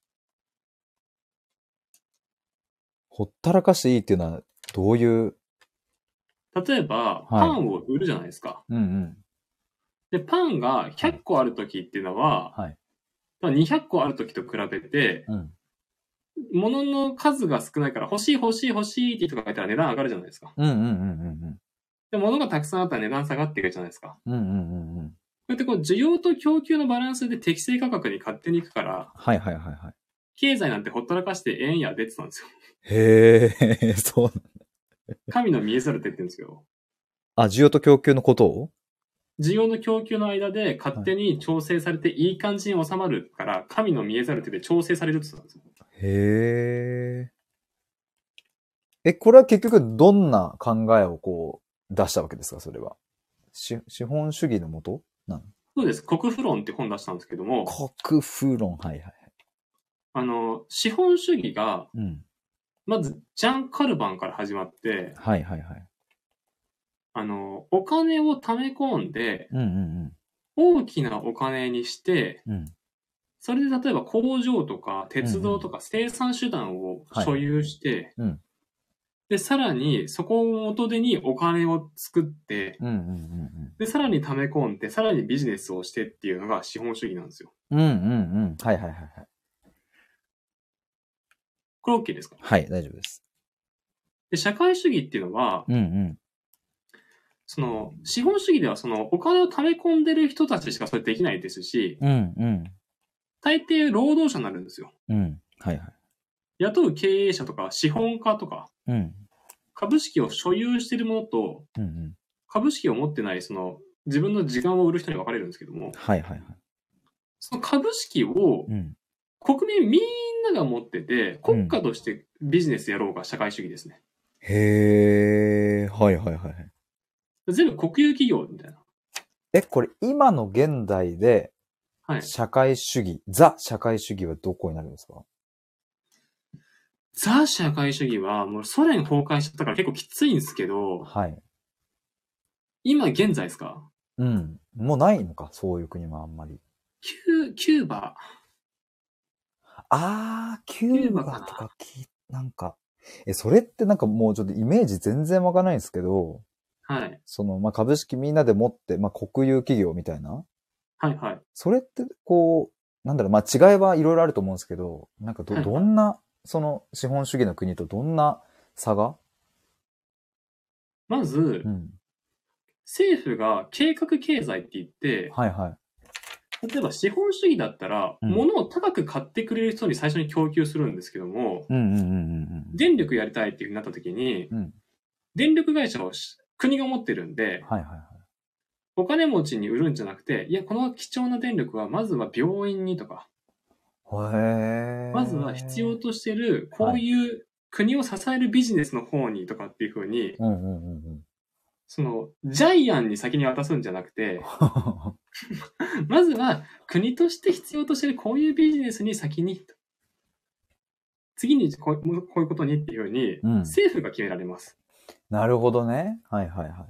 A: ほったらかしていいっていうのはどういう？
B: 例えば、
A: はい。
B: パンを売るじゃないですか。
A: うんうん。
B: で、パンが100
A: はい。
B: 個ある時っていうのは、
A: はい。
B: 200個ある時と比べて、
A: うん。
B: 物の数が少ないから欲しい欲しい欲しいって人がいたら値段上がるじゃないですか。
A: うんうんうんうん
B: で、物がたくさんあったら値段下がっていくじゃないですか。
A: うん。うんうんうんうん。
B: こうやって需要と供給のバランスで適正価格に勝手に行くから、
A: はいはいはいはい。
B: 経済なんてほったらかしてええんやでってたんですよ。
A: へえ、そう。
B: 神の見えざる手って言うんですよ。
A: あ、需要と供給のことを？
B: 需要の供給の間で勝
A: はい。
B: 手に調整されていい感じに収まるから、神の見えざる手で調整されるって言ったんですよ。
A: へえ。これは結局どんな考えをこう出したわけですか、それは。資本主義のもとなの？
B: そうです。国富論って本出したんですけども、
A: 国富論。はいはいはい。
B: 資本主義が、
A: うん。
B: まず、ジャン・カルバンから始まって、
A: はいはいはい。
B: お金を貯め込んで、
A: うんうん
B: 大きなお金にして、
A: うん。うん。
B: それで例えば工場とか
A: うんうん。
B: 鉄道とか生産手段を所
A: はいはい。
B: 有して、
A: うん。
B: で、さらにそこを元手にお金を作って、
A: うんうんうん
B: で、さらに貯め込んで、さらにビジネスをしてっていうのが資本主義なんですよ。
A: うん。うんうんうん。はいはいはいはい。
B: これ OK ですか？
A: はい、大丈夫です。
B: で、社会主義っていうのは、
A: うんうん。
B: 資本主義ではお金を貯め込んでる人たちしかそれできないですし、
A: うんうん。
B: 大抵労働者になるんですよ。
A: うん。はいはい。
B: 雇う経営者とか資本家とか、
A: うん。
B: 株式を所有しているものと、
A: うんうん。
B: 株式を持ってない自分の時間を売る人に分かれるんですけども、
A: はいはいはい。
B: その株式を
A: うん。
B: 国民みんんなが持ってて、国家としてビジネスやろうが社会主義ですね。
A: へー。はいはいはい。
B: 全部国有企業みたいな。
A: これ今の現代で、
B: はい。
A: 社会主義、ザ社会主義はどこになるんですか？
B: ザ社会主義はもうソ連崩壊しちゃったから結構きついんですけど、
A: はい。
B: 今現在ですか？
A: うん。もうないのか、そういう国もあんまり。
B: キューバ。
A: キ
B: キュー
A: ュー
B: バかな。
A: バとかなんか、それってなんかもうちょっとイメージ全然わかんないんですけど、
B: はい。
A: 株式みんなで持って、国有企業みたいな。
B: はいはい。
A: それって、違いはいろいろあると思うんですけど、
B: はいはい。
A: どんな、資本主義の国とどんな差が？
B: まず、
A: うん。
B: 政府が計画経済って言って、
A: はいはい。
B: 例えば資本主義だったら、
A: うん。
B: 物を高く買ってくれる人に最初に供給するんですけども、
A: うんうんうんうん
B: 電力やりたいっていう風になった時に、
A: うん。うん。
B: 電力会社を国が持ってるんで、
A: はいはいはい。
B: お金持ちに売るんじゃなくて、いや、この貴重な電力はまずは病院にとか、まずは必要
A: へー。
B: としてる、こ
A: はい。
B: ういう国を支えるビジネスの方にとかっていう風に、
A: うんうんうんうん。
B: ジャイアンに先に渡すんじゃなくて、まずは国として必要としてるこういうビジネスに先に、次にこういうことにっていう風に、
A: うん。
B: 政府が決められます。
A: なるほどね。はいはいはい。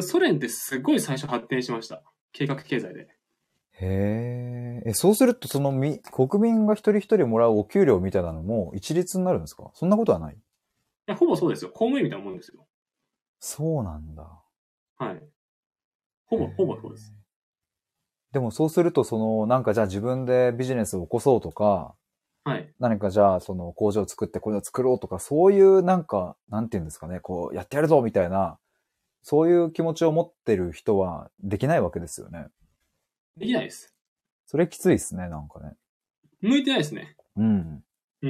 B: ソ連ってすごい最初発展しました。計画経済で。
A: へえ。そうすると、国民が一人一人もらうお給料みたいなのも一律になるんですか？そんなことはない？
B: いや、ほぼそうですよ。公務員みたいなもんですよ。
A: そうなんだ。
B: はい。
A: へ
B: ほぼそうです。
A: え。でもそうすると、じゃあ自分でビジネスを起こそうとか、
B: はい。
A: 何かじゃあ工場を作ってこれを作ろうとか、そういうなんていうんですかね、やってやるぞみたいな、そういう気持ちを持ってる人はできないわけですよね。
B: できないです。
A: それきついですね、なんかね。
B: 向いてないですね。
A: うん。
B: うん。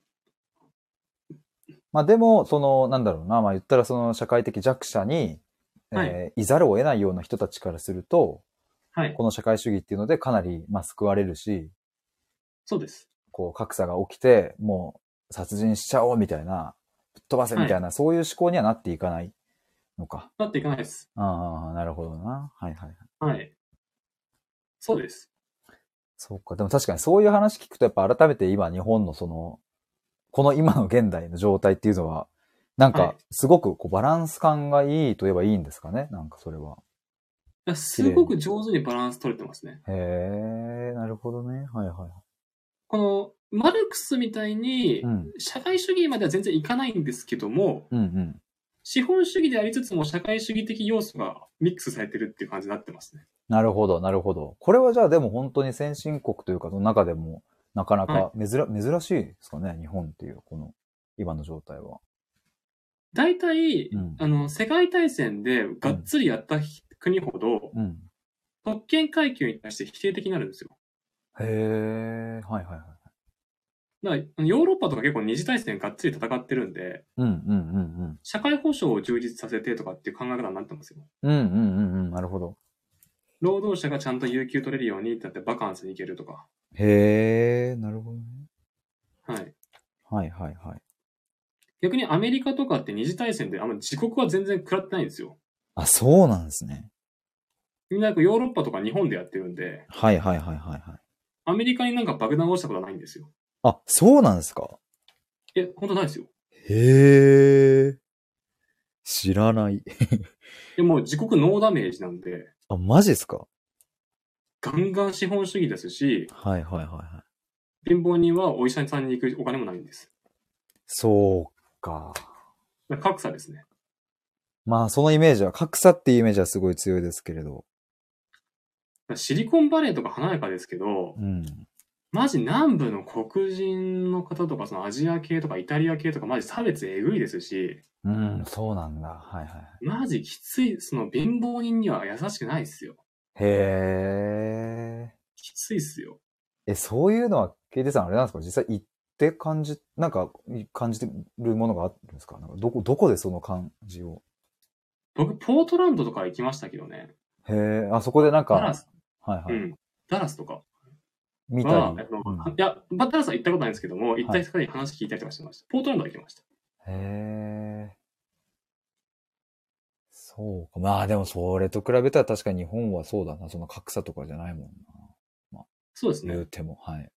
A: でも、言ったら社会的弱者に、
B: はい。
A: いざるを得ないような人たちからすると、
B: はい。
A: この社会主義っていうのでかなり、救われるし、
B: そうです。
A: 格差が起きて、もう殺人しちゃおうみたいな、ぶっ飛ばせみ
B: はい。
A: たいな、そういう思考にはなっていかないのか。
B: なっていかないです。
A: ああ、なるほどな。はいはいはい。
B: はい。そうです。
A: そうか。でも確かにそういう話聞くとやっぱ改めて今日本のこの今の現代の状態っていうのは、
B: はい。
A: すごくバランス感がいいと言えばいいんですかね。それは。綺麗に。
B: すごく上手にバランス取れてますね。
A: へえ、なるほどね。はいはいはい。
B: この、マルクスみたいに、
A: うん。
B: 社会主義までは全然いかないんですけども、
A: うんうん。
B: 資本主義でありつつも社会主義的要素がミックスされてるっていう感じになってますね。
A: なるほど、なるほど。これはじゃあでも本当に先進国というか、その中でも、なかな
B: はい。
A: か珍しいですかね。日本っていう、今の状態は。
B: 大体、
A: うん。
B: 世界大戦でがっ
A: うん。
B: つりやった国ほど、
A: うん。
B: 特権階級に対して否定的になるんですよ。
A: へえ、はいはいはい。
B: だから、ヨーロッパとか結構二次大戦がっつり戦ってるんで、
A: うんうんうんうん。
B: 社会保障を充実させてとかっていう考え方になってますよ。
A: うんうんうんうん。なるほど。
B: 労働者がちゃんと有給取れるようにってなってバカンスに行けるとか。
A: へえ、なるほどね。
B: はい。
A: はいはいはい。
B: 逆にアメリカとかって二次大戦であんま自国は全然食らってないんですよ。
A: あ、そうなんですね。
B: みんなヨーロッパとか日本でやってるんで、
A: はいはいはいはいはい。
B: アメリカになんか爆弾落ちたことはないんですよ。
A: あ、そうなんですか。
B: 本当ないですよ。
A: へえ、知らない。
B: もう自国ノーダメージなんで、
A: あ、マジっすか。
B: ガンガン資本主義ですし、
A: はいはいはいはい。
B: 貧乏人はお医者さんに行くお金もないんです。
A: そうか。
B: 格差ですね。
A: そのイメージは、格差っていうイメージはすごい強いですけれど。
B: シリコンバレーとか華やかですけど、
A: うん。
B: マジ南部の黒人の方とか、そのアジア系とかイタリア系とかマジ差別えぐいですし、
A: うん、そうなんだ。はいはい。
B: マジきつい、その貧乏人には優しくないっすよ。
A: へえ。
B: きついっすよ。
A: そういうのは、ケイテさんあれなんですか？実際行って感じてるものがあるんですか？どこでその感じを。
B: 僕、ポートランドとか行きましたけどね。
A: へえ、あそこで
B: ダラス。
A: はいはい。
B: うん。ダラスとか。
A: 見た
B: は、
A: り。
B: いや、バッタラスは行ったことないんですけども、行った人に話聞いたりとかしてました。ポートランドは行きました。
A: へえ。そうか。まあでもそれと比べたら確かに日本はそうだな。その格差とかじゃないもんな。まあ、
B: そうですね。
A: 言うても、はい。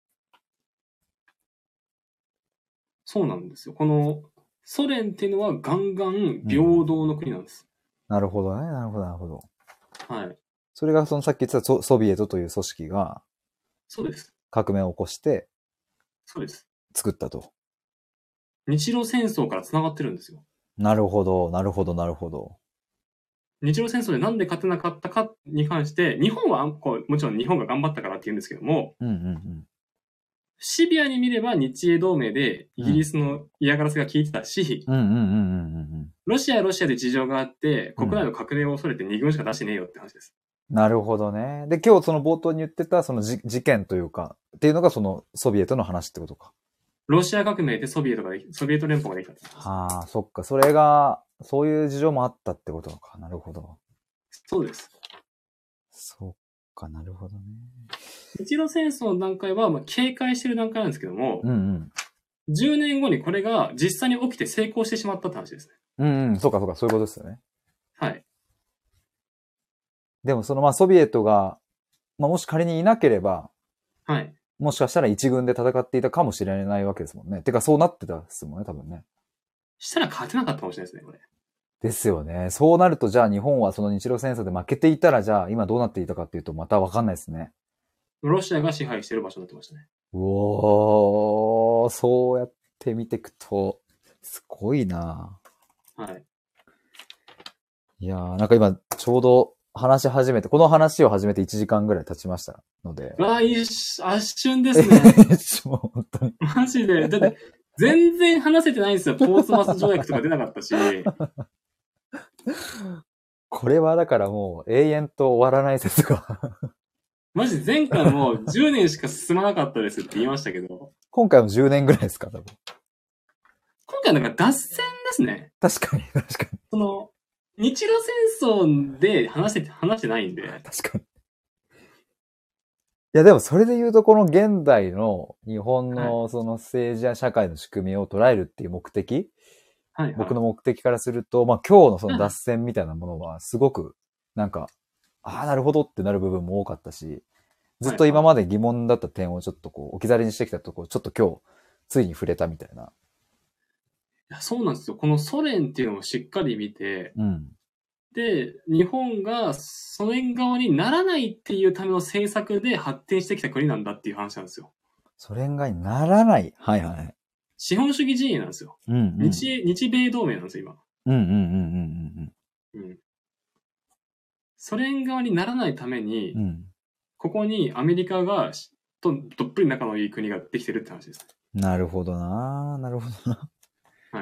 B: そうなんですよ。この、ソ連っていうのはガンガン平等の国なんです。
A: なるほどね。なるほど、なるほど。
B: はい。
A: それがそのさっき言ってたソビエトという組織が
B: そうです。
A: 革命を起こして
B: そうです。
A: 作ったと。
B: 日露戦争から繋がってるんですよ。
A: なるほど、なるほど、なるほど。
B: 日露戦争でなんで勝てなかったかに関して、日本はこうもちろん日本が頑張ったからって言うんですけども、
A: うんうん
B: シビアに見れば日英同盟でイギリスの嫌がらせが効いてたし、
A: うん。うんうんうんうんうん
B: ロシアはロシアで事情があって、国内の革命を恐れて2軍しか出してねえよって話です。
A: なるほどね。で、今日その冒頭に言ってたその事件というか、っていうのがそのソビエトの話ってことか。
B: ロシア革命でソビエト連邦ができたって話です。
A: はあ、そっか。それが、そういう事情もあったってことか。なるほど。
B: そうです。
A: そっか、なるほどね。
B: 日露戦争の段階は、警戒してる段階なんですけども、
A: うん
B: 10年後にこれが実際に起きて成功してしまったって話ですね。
A: うん。うんうん、そうかそうか、そういうことですよね。
B: はい。
A: でもそのまあソビエトが、まあもし仮にいなければ、
B: はい。
A: もしかしたら一軍で戦っていたかもしれないわけですもんね。てかそうなってたですもんね、多分ね。
B: したら勝てなかったかもしれないですね、これ。
A: ですよね。そうなるとじゃあ日本はその日露戦争で負けていたらじゃあ今どうなっていたかっていうとまたわかんないですね。
B: ロシアが支配してる場所になってましたね。
A: うおー、そうやって見ていくと、すごいな。
B: はい。
A: いやー、なんか今ちょうど話し始めて、この話を始めて1時間ぐらい経ちましたので。
B: 一瞬ですね。
A: もう本当に。
B: マジで。だって、全然話せてないんですよ。ポーツマス条約とか出なかったし。
A: これはだからもう永遠と終わらない説が。
B: マジ前回も10年しか進まなかったですって言いましたけど、
A: 今回も10年ぐらいですか、多分。
B: 今回なんか脱線ですね。
A: 確かに、確かに。
B: その、日露戦争で話してないんで。
A: 確かに。いや、でもそれで言うと、この現代の日本のその政治や社会の仕組みを捉えるっていう目的、
B: はい、はい。
A: 僕の目的からすると、まあ今日のその脱線みたいなものはすごく、なんか、ああ、なるほどってなる部分も多かったし、ずっと今まで疑問だった点をちょっとこう置き去りにしてきたところ、ちょっと今日、ついに触れたみたいな。
B: いや、そうなんですよ。このソ連っていうのをしっかり見て、
A: うん。
B: で、日本がソ連側にならないっていうための政策で発展してきた国なんだっていう話なんですよ。
A: ソ連側にならない。はいはい。
B: 資本主義陣営なんですよ。
A: うん、うん。
B: 日米同盟なんですよ、今。
A: うんうんうんうん
B: うん。ソ連側にならないために、
A: うん。うん。
B: ここにアメリカがどっぷり仲のいい国ができてるって話です。
A: なるほどな。なるほどな。
B: はい。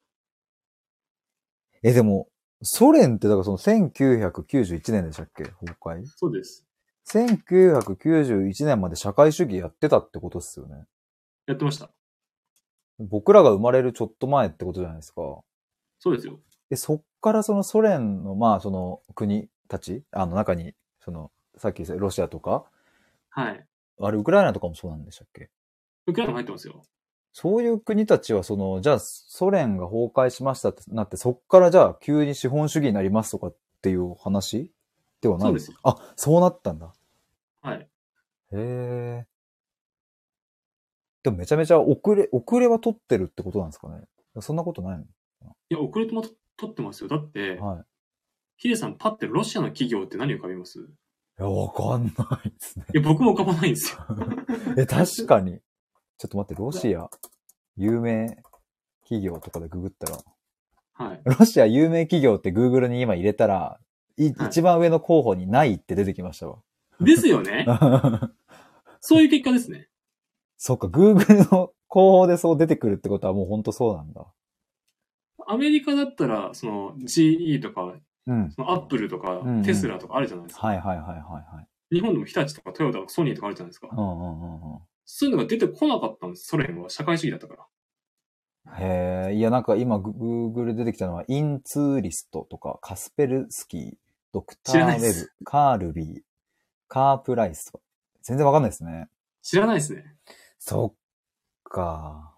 A: でも、ソ連ってだからその1991年でしたっけ崩壊？
B: そうです。
A: 1991年まで社会主義やってたってことっすよね。
B: やってました。
A: 僕らが生まれるちょっと前ってことじゃないですか。
B: そうですよ。
A: そっからそのソ連の、まあその国たち、中に、その、さっき言ったロシアとか、
B: はい。
A: あれウクライナとかもそうなんでしたっけ？
B: ウクライナも入ってますよ。
A: そういう国たちはその、じゃあソ連が崩壊しましたってなって、そっからじゃあ急に資本主義になりますとかっていう話ではないんですか？あ、そうなったんだ。
B: はい。
A: へえ。でもめちゃめちゃ遅れは取ってるってことなんですかね。そんなことないの？
B: いや、遅れても取ってますよ。だって、
A: はい。
B: ヒデさんパってロシアの企業って何浮かびます？い
A: いや、わかんないですね。
B: や、僕も浮かばないんですよ。
A: 確かに。ちょっと待って、ロシア、有名企業とかでググったら、
B: はい。
A: ロシア有名企業って Google に今入れたら、
B: はい
A: 一番上の候補にないって出てきましたわ。
B: ですよね。そういう結果ですね。
A: そっか、Google の候補でそう出てくるってことはもうほんとそうなんだ。
B: アメリカだったら、その GE とか、
A: うん。
B: そのアップルとか、
A: うんうん
B: テスラとかあるじゃないですか。
A: はいはいはいはいはい。
B: 日本でも日立とかトヨタとかソニーとかあるじゃないですか。
A: うんうんうんうん。
B: そういうのが出てこなかったんです。ソ連は社会主義だったから。
A: へえ、いやなんか今Google で出てきたのは、インツーリストとか、カスペルスキー、ドクタ
B: 知らない
A: ーウェブ、
B: です。
A: カールビー、カープライスとか、 全然わかんないですね。
B: 知らないですね。
A: そっか。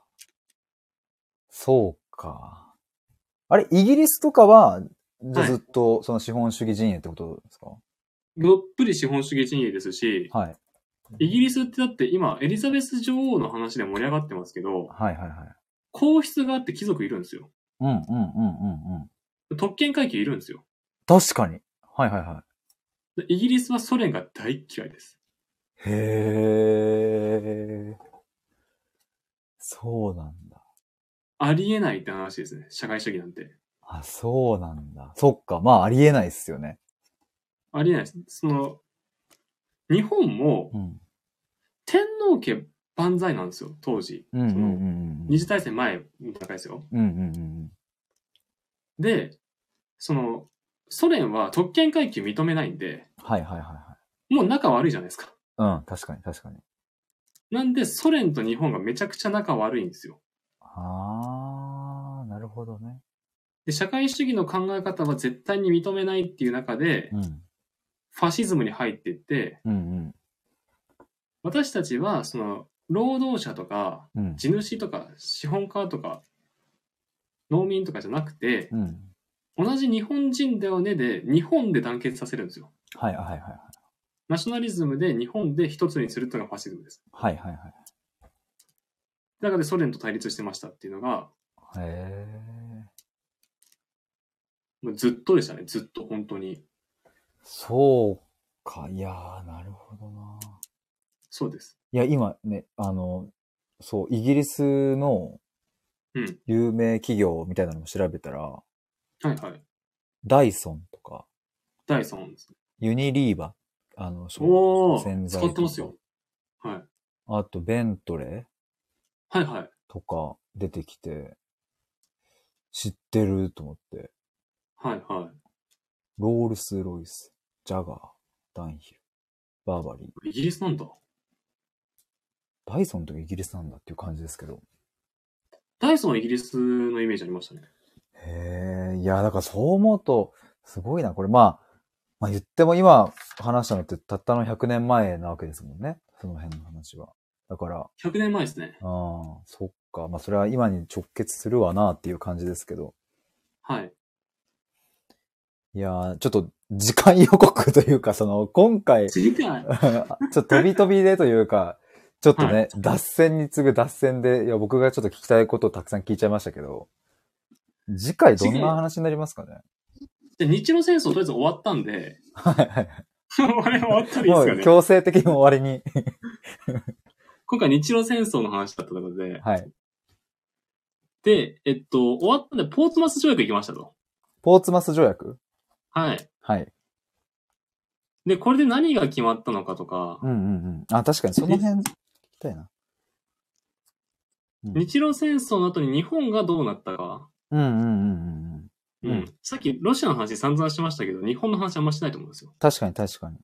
A: そうか。あれ、イギリスとかは、じゃあ
B: はい。
A: ずっとその資本主義陣営ってことですか？
B: どっぷり資本主義陣営ですし、
A: はい。
B: イギリスってだって今、エリザベス女王の話で盛り上がってますけど、
A: はいはいはい。
B: 皇室があって貴族いるんですよ。
A: うんうんうんうんうん。
B: 特権階級いるんですよ。
A: 確かに。はいはいは
B: でイギリスはソ連が大嫌いです。
A: い。へー。そうなんだ。
B: ありえないって話ですね。社会主義なんて。
A: あ、そうなんだ。そっか。まあ、ありえないっすよね。
B: ありえないです。日本も
A: うん。
B: 天皇家万歳なんですよ、当時。
A: うんうんうん
B: 二次大戦前の戦いですよ。
A: うん。うんうんうん
B: で、ソ連は特権階級認めないんで、
A: はいはいはいは
B: もう仲悪いじゃないですか。
A: い。うん、確かに確かに。
B: なんで、ソ連と日本がめちゃくちゃ仲悪いんですよ。
A: あー、なるほどね。
B: で、社会主義の考え方は絶対に認めないっていう中で、
A: うん。
B: ファシズムに入っていって、
A: うん
B: 私たちは、労働者とか、
A: うん。うん。
B: 地主とか、資本家とか、農民とかじゃなくて、
A: うん。
B: 同じ日本人だよねで、日本で団結させるんですよ。
A: はいはいはいはい。
B: ナショナリズムで日本で一つにするっていうのがファシズムです。
A: はいはいはい。
B: だからソ連と対立してましたっていうのが、
A: へー。
B: もうずっとでしたね。ずっと本当に。
A: そうか。いやー、なるほどな。
B: そうです。
A: いや、今ね、そう、イギリスの
B: うん。
A: 有名企業みたいなのも調べたら、
B: はいはい。
A: ダイソンとか、
B: 第3ですね。
A: ユニリーバ、
B: おー、
A: 洗
B: 使っ
A: 剤とか、
B: てますよ。はい。
A: あとベントレ
B: はいはい。
A: ーとか出てきて、知ってると思って、
B: はいは
A: ロールスロイス、ジャガー、ダンヒル、バーバリー、
B: い。イギリスなんだ。
A: ダイソンとかイギリスなんだっていう感じですけど。
B: ダイソンはイギリスのイメージありましたね。
A: へえ、いや、だからそう思うと、すごいな。これまあ言っても今話したのってたったの100年前なわけですもんね。その辺の話は。だから、
B: 100年前ですね。
A: ああ、そっか。まあそれは今に直結するわなっていう感じですけど。
B: はい。
A: いやー、ちょっと時間予告というか、今回、
B: 次回。
A: ちょっと飛び飛びでというか、ちょっと
B: はい。
A: ね、脱線に次ぐ脱線で、いや、僕がちょっと聞きたいことをたくさん聞いちゃいましたけど、次回どんな
B: 次回、
A: 話になりますかね？
B: で日露戦争とりあえず終わったんで、
A: はいはい。
B: あれ終わったらいいで
A: も
B: すかね。
A: う強制的に終わりに。
B: 今回日露戦争の話だったので、
A: はい。
B: で、終わったんで、ポーツマス条約行きましたと。
A: ポーツマス条約。
B: はい。
A: はい。
B: で、これで何が決まったのかとか、
A: うんうんうん。あ、確かにその辺聞きたいな。うん、
B: 日露戦争の後に日本がどうなったか。
A: うんうんうんうんうん。
B: うん。さっきロシアの話散々しましたけど、日本の話あんましないと思うんですよ。
A: 確かに確かに。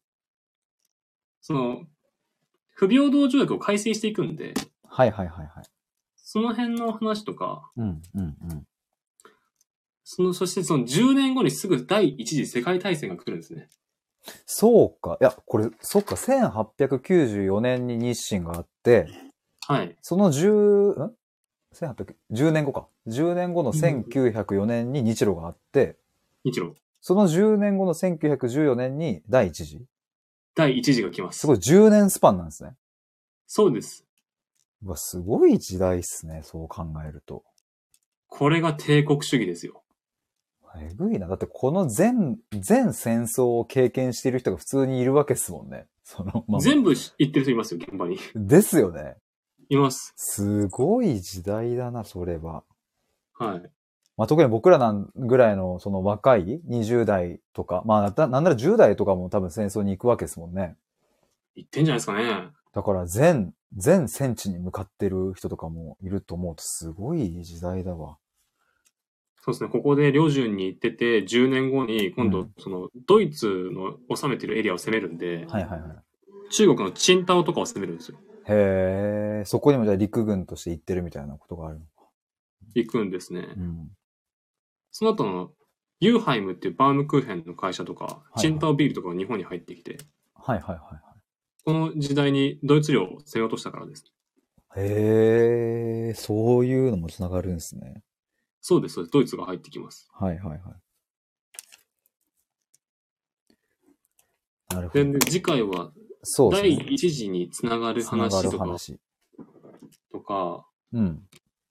B: 不平等条約を改正していくんで、
A: はいはいはいはい。
B: その辺の話とか、
A: うんうんうん。
B: そしてその10年後にすぐ第一次世界大戦が来るんですね。
A: そうか。いや、これ、そっか、1894年に日清があって、
B: はい。
A: その1810年後か。10年後の1904年に日露があって、
B: 日露。
A: その10年後の1914年に第一次。
B: 第一次が来ます。
A: すごい10年スパンなんですね。
B: そうです。
A: うわ、すごい時代っすね。そう考えると。
B: これが帝国主義ですよ。
A: えぐいな。だってこの全戦争を経験している人が普通にいるわけですもんね。
B: 全部言ってる人いますよ、現場に。
A: ですよね。
B: います。
A: すごい時代だな、それは。
B: はい。
A: まあ、特に僕らぐらいのその若い20代とか、まあなんなら10代とかも多分戦争に行くわけですもんね。
B: 言ってんじゃないですかね。
A: だから全戦地に向かってる人とかもいると思うとすごい時代だわ。
B: そうですね。ここで旅順に行ってて、10年後に今度、ドイツの治めてるエリアを攻めるんで、
A: はいはいはい。
B: 中国のチンタオとかを攻めるんですよ。
A: へえ、そこにもじゃあ陸軍として行ってるみたいなことがあるのか。
B: 行くんですね。
A: うん。
B: その後の、ユーハイムっていうバームクーヘンの会社とか、
A: はいはい
B: チンタオビールとかが日本に入ってきて、
A: はいはいはいはい。
B: この時代にドイツ領を攻め落としたからです。
A: へえ、そういうのもつながるんですね。
B: そうです、そうです。ドイツが入ってきます。
A: はいはいはい。なるほど。
B: で、次回は、第
A: そうですね。
B: 一次につながる
A: つなが
B: 話とか、
A: る話。うん。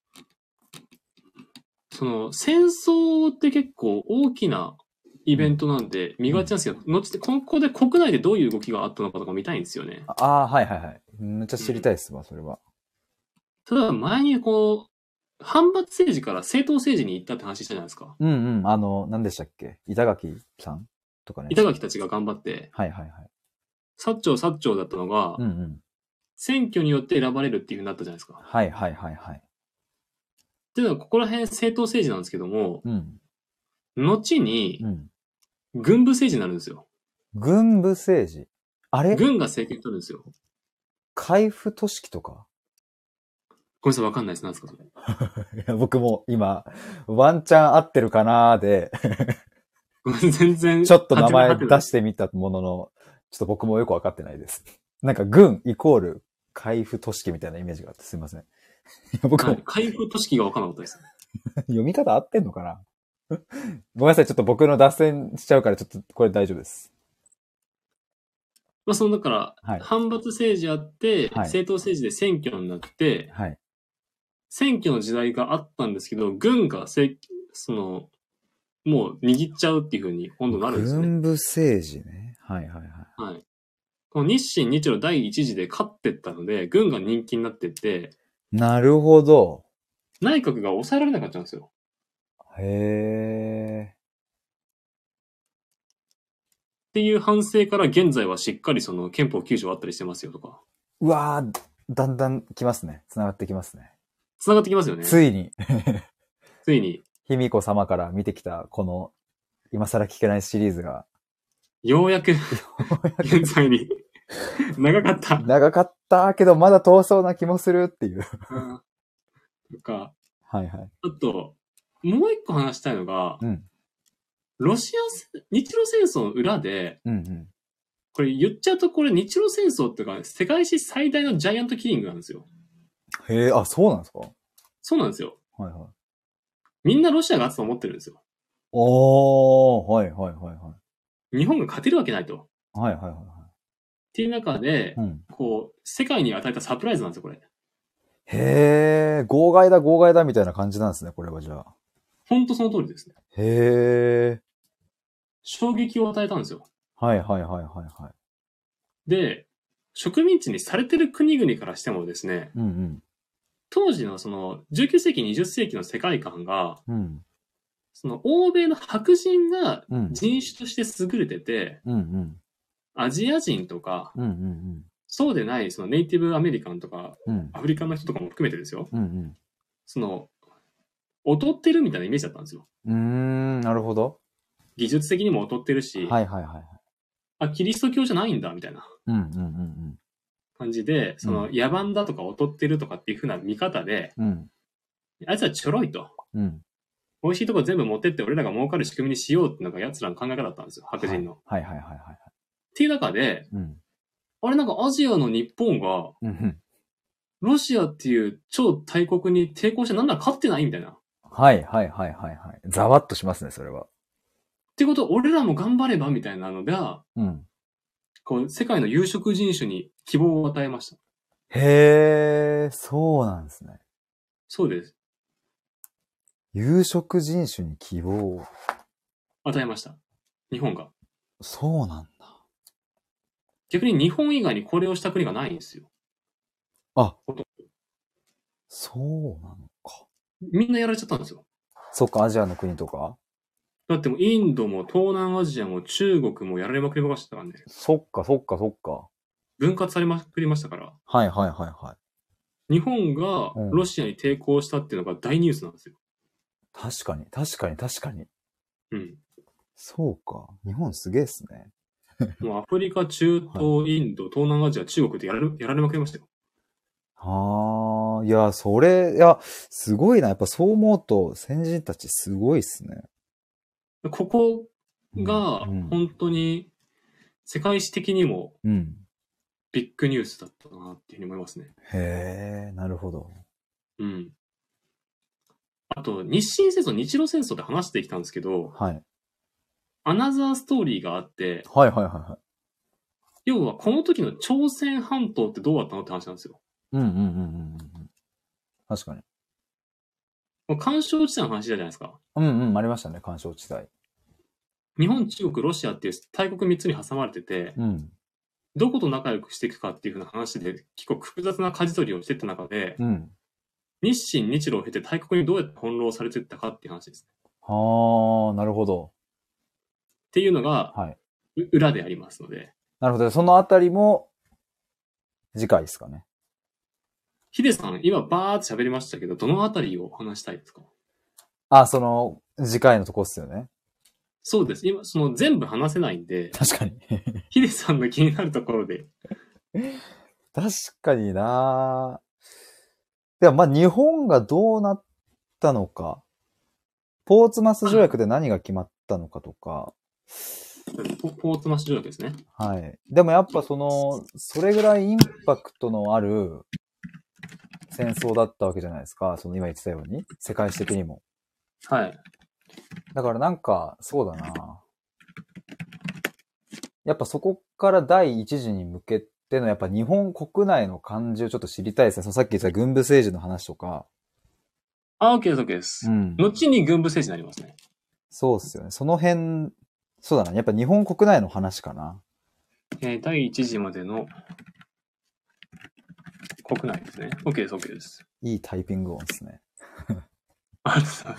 B: その、戦争って結構大きなイベントなんで、見がちなんですけど、後で、ここで国内でどういう動きがあったのかとか見たいんですよね。
A: ああ、はいはいはい。めっちゃ知りたいですわ、それは。
B: ただ、前にこう、反発政治から正当政治に行ったって話したじゃないですか。
A: うんうん。何でしたっけ、板垣さんとかね。
B: 板垣たちが頑張って、
A: はいはいはい。
B: 薩長だったのが、
A: うんうん。
B: 選挙によって選ばれるっていう風になったじゃないですか。
A: はいはいはいはい。
B: っていうのは、ここら辺正当政治なんですけども、
A: うん。
B: 後に
A: う、ん。
B: 軍部政治になるんですよ。
A: 軍部政治。あれ、
B: 軍が政権取るんですよ。
A: 海部俊樹とか。
B: ごめんなさい、わかんないです。何ですか、それ。
A: いや僕も今、ワンチャン合ってるかなーで、
B: ごめん、全然、
A: ちょっと名前
B: はてな
A: 出してみたものの、ちょっと僕もよくわかってないです。なんか軍イコール海部俊樹みたいなイメージがあってすいません。いや僕も
B: はい。海部都市がわかんなかったです。
A: 読み方合ってんのかな。ごめんなさい、ちょっと僕の脱線しちゃうから、ちょっとこれ大丈夫です。
B: まあ、その、だから、
A: はい。
B: 反発政治あって、
A: はい。
B: 正当政治で選挙になって、
A: はい。
B: 選挙の時代があったんですけど、軍がその、もう握っちゃうっていう風に今度なるんですよね。
A: 軍部政治ね。はいはいはい。
B: はい。この日清日露第一次で勝ってったので、軍が人気になってって、
A: なるほど。
B: 内閣が抑えられなかったんですよ。
A: へ
B: っていう反省から現在はしっかりその憲法9条あったりしてますよとか。
A: ー。うわー、だんだん来ますね。繋がってきますね。
B: 繋がってきますよね。
A: ついに、
B: ついに、
A: 卑弥呼様から見てきた、この、今更聞けないシリーズが、
B: ようやく現在に長かった。
A: 長かったけど、まだ遠そうな気もするっていう。
B: うんとか、
A: はいはい。
B: あと、もう一個話したいのが、
A: うん。
B: 日露戦争の裏で、
A: うんうん。
B: これ言っちゃうとこれ日露戦争っていうか、世界史最大のジャイアントキリングなんですよ。
A: へえ、あ、そうなんですか。はい
B: そうなんですよ。
A: はい。
B: みんなロシアが勝つと思ってるんですよ。
A: おー、はいはいはいはい。
B: 日本が勝てるわけないと。っ
A: はいはいはいは
B: ていう中で、
A: い。うん。
B: こう、世界に与えたサプライズなんですよ、これ。
A: へえ、号外だ号外だみたいな感じなんですね、これはじゃあ。
B: ほんとその通りですね。
A: へえ。
B: 衝撃を与えたんですよ。
A: はいはいはいはいはい。
B: で、植民地にされてる国々からしてもですね、
A: うんうん。
B: 当時のその19世紀、20世紀の世界観が、
A: うん。
B: その欧米の白人が
A: うん。
B: 人種として優れてて、
A: うんうん。
B: アジア人とか、
A: うんうん
B: そうでないそのネイティブアメリカンとか、
A: うん。うん。
B: アフリカの人とかも含めてですよ。
A: うん
B: その、劣ってるみたいなイメージだったんですよ。
A: うん。なるほど。
B: 技術的にも劣ってるし、
A: はいはいはいはい。
B: あ、キリスト教じゃないんだ、みたいな
A: うんうんうん
B: 感じで、
A: うん。
B: その野蛮だとか劣ってるとかっていう風な見方で、
A: うん。
B: あいつはちょろいと。
A: うん。
B: 美味しいとこ全部持ってって俺らが儲かる仕組みにしようっていうのが奴らの考え方だったんですよ、白
A: はい。
B: 人の。っ
A: はいはいはいはいはい。
B: ていう中で、
A: うん。
B: あれなんかアジアの日本が、
A: うんうん。
B: ロシアっていう超大国に抵抗してなんなら勝ってないみたいな。っ
A: はいはいはいはいはい。ざわっとしますね、それは。
B: てことは俺らも頑張ればみたいなのが、
A: うん。
B: こう、世界の有色人種に希望を与えました。
A: へえ、そうなんですね。
B: そうです。
A: 有色人種に希望を。
B: 与えました。日本が。
A: そうなんだ。
B: 逆に日本以外にこれをした国がないんですよ。
A: あ、そうなのか。
B: みんなやられちゃったんですよ。
A: そっか、アジアの国とか。
B: だってもうインドも東南アジアも中国もやられまくりましたからね。
A: そっかそっかそっか。
B: 分割されまくりましたから。
A: はいはいはいはい。
B: 日本が
A: うん。
B: ロシアに抵抗したっていうのが大ニュースなんですよ。
A: 確かに、確かに、確かに。
B: うん。
A: そうか。日本すげえっすね。
B: もうアフリカ、中
A: はい。
B: 東、インド、東南アジア、中国ってやられまくりましたよ。
A: ああ、いや、それ、いや、すごいな。やっぱそう思うと、先人たちすごいっすね。
B: ここ
A: うん。
B: が
A: うん。
B: 本当に世界史的にも
A: うん。
B: ビッグニュースだったなっていうふうに思いますね。
A: へえ、なるほど。
B: うん。あと、日清戦争、日露戦争って話してきたんですけど、
A: はい。
B: アナザーストーリーがあって、
A: はいはいはいはい。
B: 要はこの時の朝鮮半島ってどうだったのって話なんですよ。
A: うんうんうんうんうん。確かに。
B: もう干渉地帯の話じゃないですか。
A: うんうん、ありましたね、干渉地帯。
B: 日本、中国、ロシアっていう大国3つに挟まれてて、
A: うん。
B: どこと仲良くしていくかっていう風な話で、結構複雑な舵取りをしていった中で、
A: うん。
B: 日清、日露を経て大国にどうやって翻弄されていったかっていう話ですね。
A: はあ、なるほど。
B: っていうのが、
A: はい。
B: 裏でありますので、
A: なるほど。そのあたりも、次回ですかね。
B: ヒデさん、今バーって喋りましたけど、どのあたりを話したいですか？
A: あ、次回のとこっすよね。
B: そうです。今、全部話せないんで、
A: 確かに。
B: ヒデさんの気になるところで。
A: 確かにな。でもまあ日本がどうなったのか、ポーツマス条約で何が決まったのかとか、
B: ポーツマス条約ですね。
A: はい。でもやっぱそれぐらいインパクトのある戦争だったわけじゃないですか。今言ってたように、世界史的にも。
B: はい。
A: だからなんか、そうだな。やっぱそこから第一次に向けてのやっぱ日本国内の感じをちょっと知りたいですね。さっき言った軍部政治の話とか。
B: あ、OK です、OK で
A: う
B: す。
A: ん。
B: 後に軍部政治になりますね。
A: そうっすよね。その辺、そうだな。やっぱ日本国内の話かな。
B: 第一次までの国内ですね。OK です、OK です。
A: いいタイピング音ですね。
B: ありがとうございます。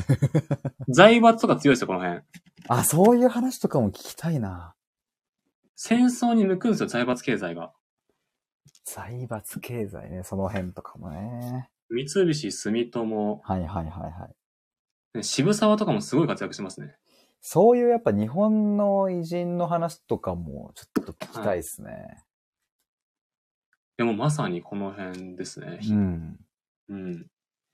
B: 財閥とか強いですよ、この辺。
A: あ、そういう話とかも聞きたいな。
B: 戦争に抜くんですよ、財閥経済が。
A: 財閥経済ね、その辺とかもね。
B: 三菱、住友、
A: はいはいはいはい。
B: 渋沢とかもすごい活躍してますね。
A: そういうやっぱ日本の偉人の話とかもちょっと聞きたいですね。
B: でもまさにこの辺ですね。
A: うん。
B: うん。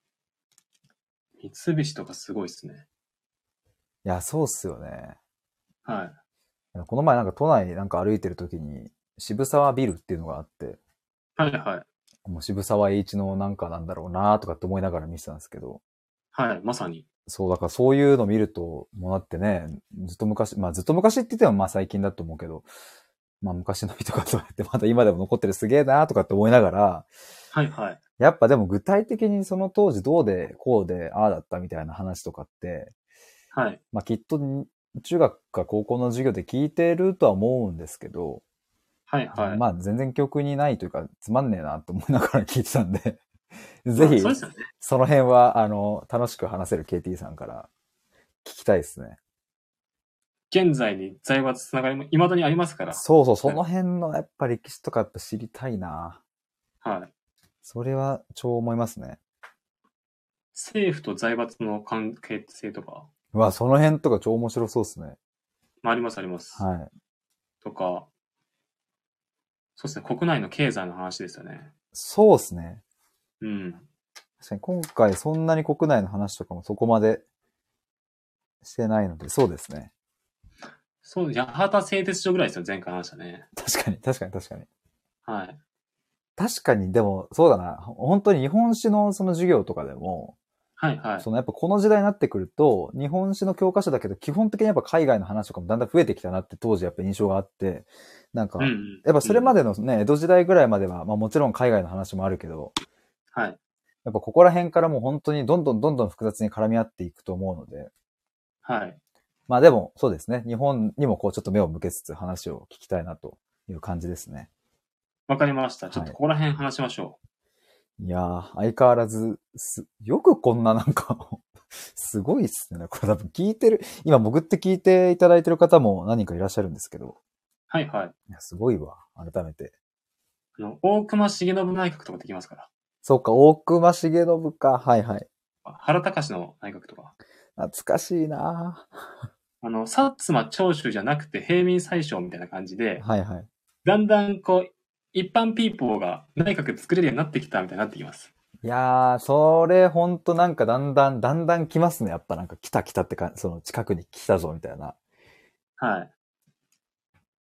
B: 三菱とかすごいですね。
A: いや、そうっすよね。
B: はい。
A: この前なんか都内なんか歩いてる時に渋沢ビルっていうのがあって、
B: はいはい。
A: もう渋沢栄一のなんかなんだろうなとかって思いながら見てたんですけど、
B: はい、まさに。
A: そう、だからそういうの見ると、もうだってね、ずっと昔、まあずっと昔って言ってもまあ最近だと思うけど、まあ昔の人がそうやってまだ今でも残ってるすげえなとかって思いながら、
B: はいはい。
A: やっぱでも具体的にその当時どうで、こうで、ああだったみたいな話とかって、
B: はい。
A: まあきっと中学か高校の授業で聞いてるとは思うんですけど、
B: はいはい。
A: まあ全然記憶にないというかつまんねえなと思いながら聞いてたんでぜ
B: まあ、
A: ひ
B: そうですよね。
A: その辺は楽しく話せる KT さんから聞きたいですね。
B: 現在に財閥つながりも未だにありますから。
A: そうそう、その辺のやっぱ歴史とかやっぱ知りたいな。
B: はい。
A: それは超思いますね。
B: 政府と財閥の関係性とか、
A: うわ、その辺とか超面白そうですね。
B: まあ、ありますあります。
A: はい。
B: とか、そうですね、国内の経済の話ですよね。
A: そうですね。
B: うん。
A: 確かに今回そんなに国内の話とかもそこまでしてないので、そうですね。
B: そう、八幡製鉄所ぐらいですよ、前回話したね。
A: 確かに、確かに、確かに。
B: はい。
A: 確かに、でも、そうだな。本当に日本史のその授業とかでも、
B: はいはい。
A: やっぱこの時代になってくると、日本史の教科書だけど、基本的にやっぱ海外の話とかもだんだん増えてきたなって当時やっぱ印象があって、なんか、
B: うんうん。
A: やっぱそれま
B: で。
A: でのね、江戸時代ぐらいまでは、まあもちろん海外の話もあるけど、
B: はい。
A: やっぱここら辺からもう本当にどんどんどんどん複雑に絡み合っていくと思うので、
B: はい。
A: まあでもそうですね、日本にもこうちょっと目を向けつつ話を聞きたいなという感じですね。
B: わかりました。ちょっ
A: はい。
B: とここら辺話しましょ
A: いやー、相変わらず、よくこんななんかすごいっすね。これ多分聞いてる、今僕って聞いていただいてる方も何人かいらっしゃるんですけど、
B: う。はいはい。
A: いやすごいわ、改めて。
B: 大隈重信内閣とかできますから。
A: そうか、大隈重信か。はいはい。
B: 原敬の内閣とか。
A: 懐かしいな
B: 薩摩長州じゃなくて平民宰相みたいな感じで、
A: はいはい。
B: だんだんこう、一般ピーポーが内閣作れるようになってきたみたいになってきます。
A: いやー、それほんとなんかだんだん来ますね。やっぱなんか来たってか、その近くに来たぞみたいな。
B: はい。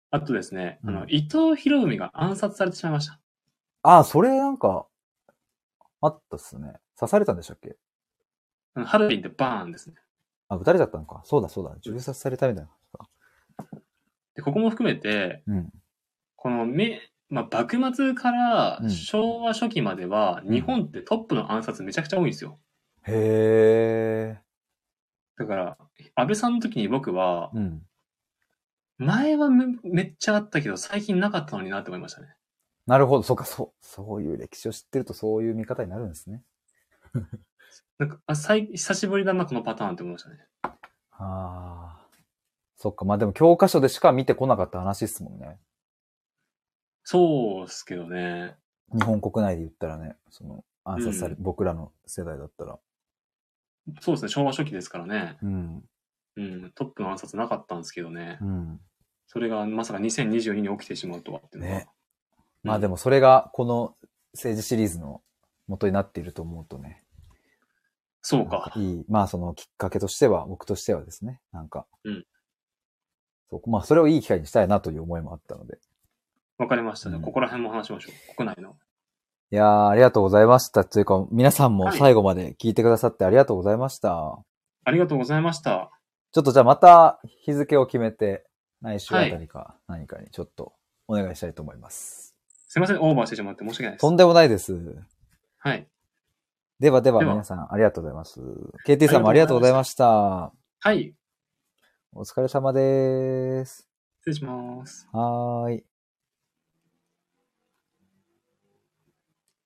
B: あとですね、
A: うん
B: 伊藤博文が暗殺されてしまいました。
A: あ、それなんか、あったっすね。刺されたんでしたっけ？
B: ハルビンでバーンですね。
A: あ、撃たれちゃったのか。そうだそうだ。銃殺されたみたいな。
B: で、ここも含めて、
A: うん。
B: このまあ、幕末から
A: うん
B: 昭和初期までは、日本ってトップの暗殺めちゃくちゃ多いんですよ。
A: へ
B: だから、安倍さんの時に僕は
A: ー。、うん。
B: 前はめっちゃあったけど、最近なかったのになって思いましたね。
A: なるほど。そうか、そういう歴史を知ってるとそういう見方になるんですね。
B: なんか、久しぶりだな、このパターンって思いましたね。
A: ああ。そっか。まあでも教科書でしか見てこなかった話っすもんね。
B: そうっすけどね。
A: 日本国内で言ったらね、暗殺され、
B: うん
A: 僕らの世代だったら。
B: そうですね、昭和初期ですからね。
A: うん。
B: うん、トップの暗殺なかったんですけどね。
A: うん。
B: それがまさか2022に起きてしまうとはっていうのは。
A: ね。まあでもそれがこの政治シリーズの元になっていると思うとね。
B: そうか。
A: いい。まあそのきっかけとしては、僕としてはですね。なんか。
B: うん。
A: そうまあそれをいい機会にしたいなという思いもあったので。
B: わかりました。じゃあ
A: うん
B: ここら辺も話しましょう。国内の。
A: いやー、ありがとうございました。というか、皆さんも
B: はい
A: 最後まで聞いてくださってありがとうございました。
B: ありがとうございました。
A: ちょっとじゃあまた日付を決めて、来週あ
B: はい。
A: たりか何かにちょっとお願いしたいと思います。
B: すいません、オーバーしてしまって申し訳ないです。
A: とんでもないです。
B: はい。
A: ではでは
B: では
A: 皆さんありがとうございます。KT さんもありがとうございました。
B: はい。
A: お疲れ様です。
B: 失礼します。
A: はーい。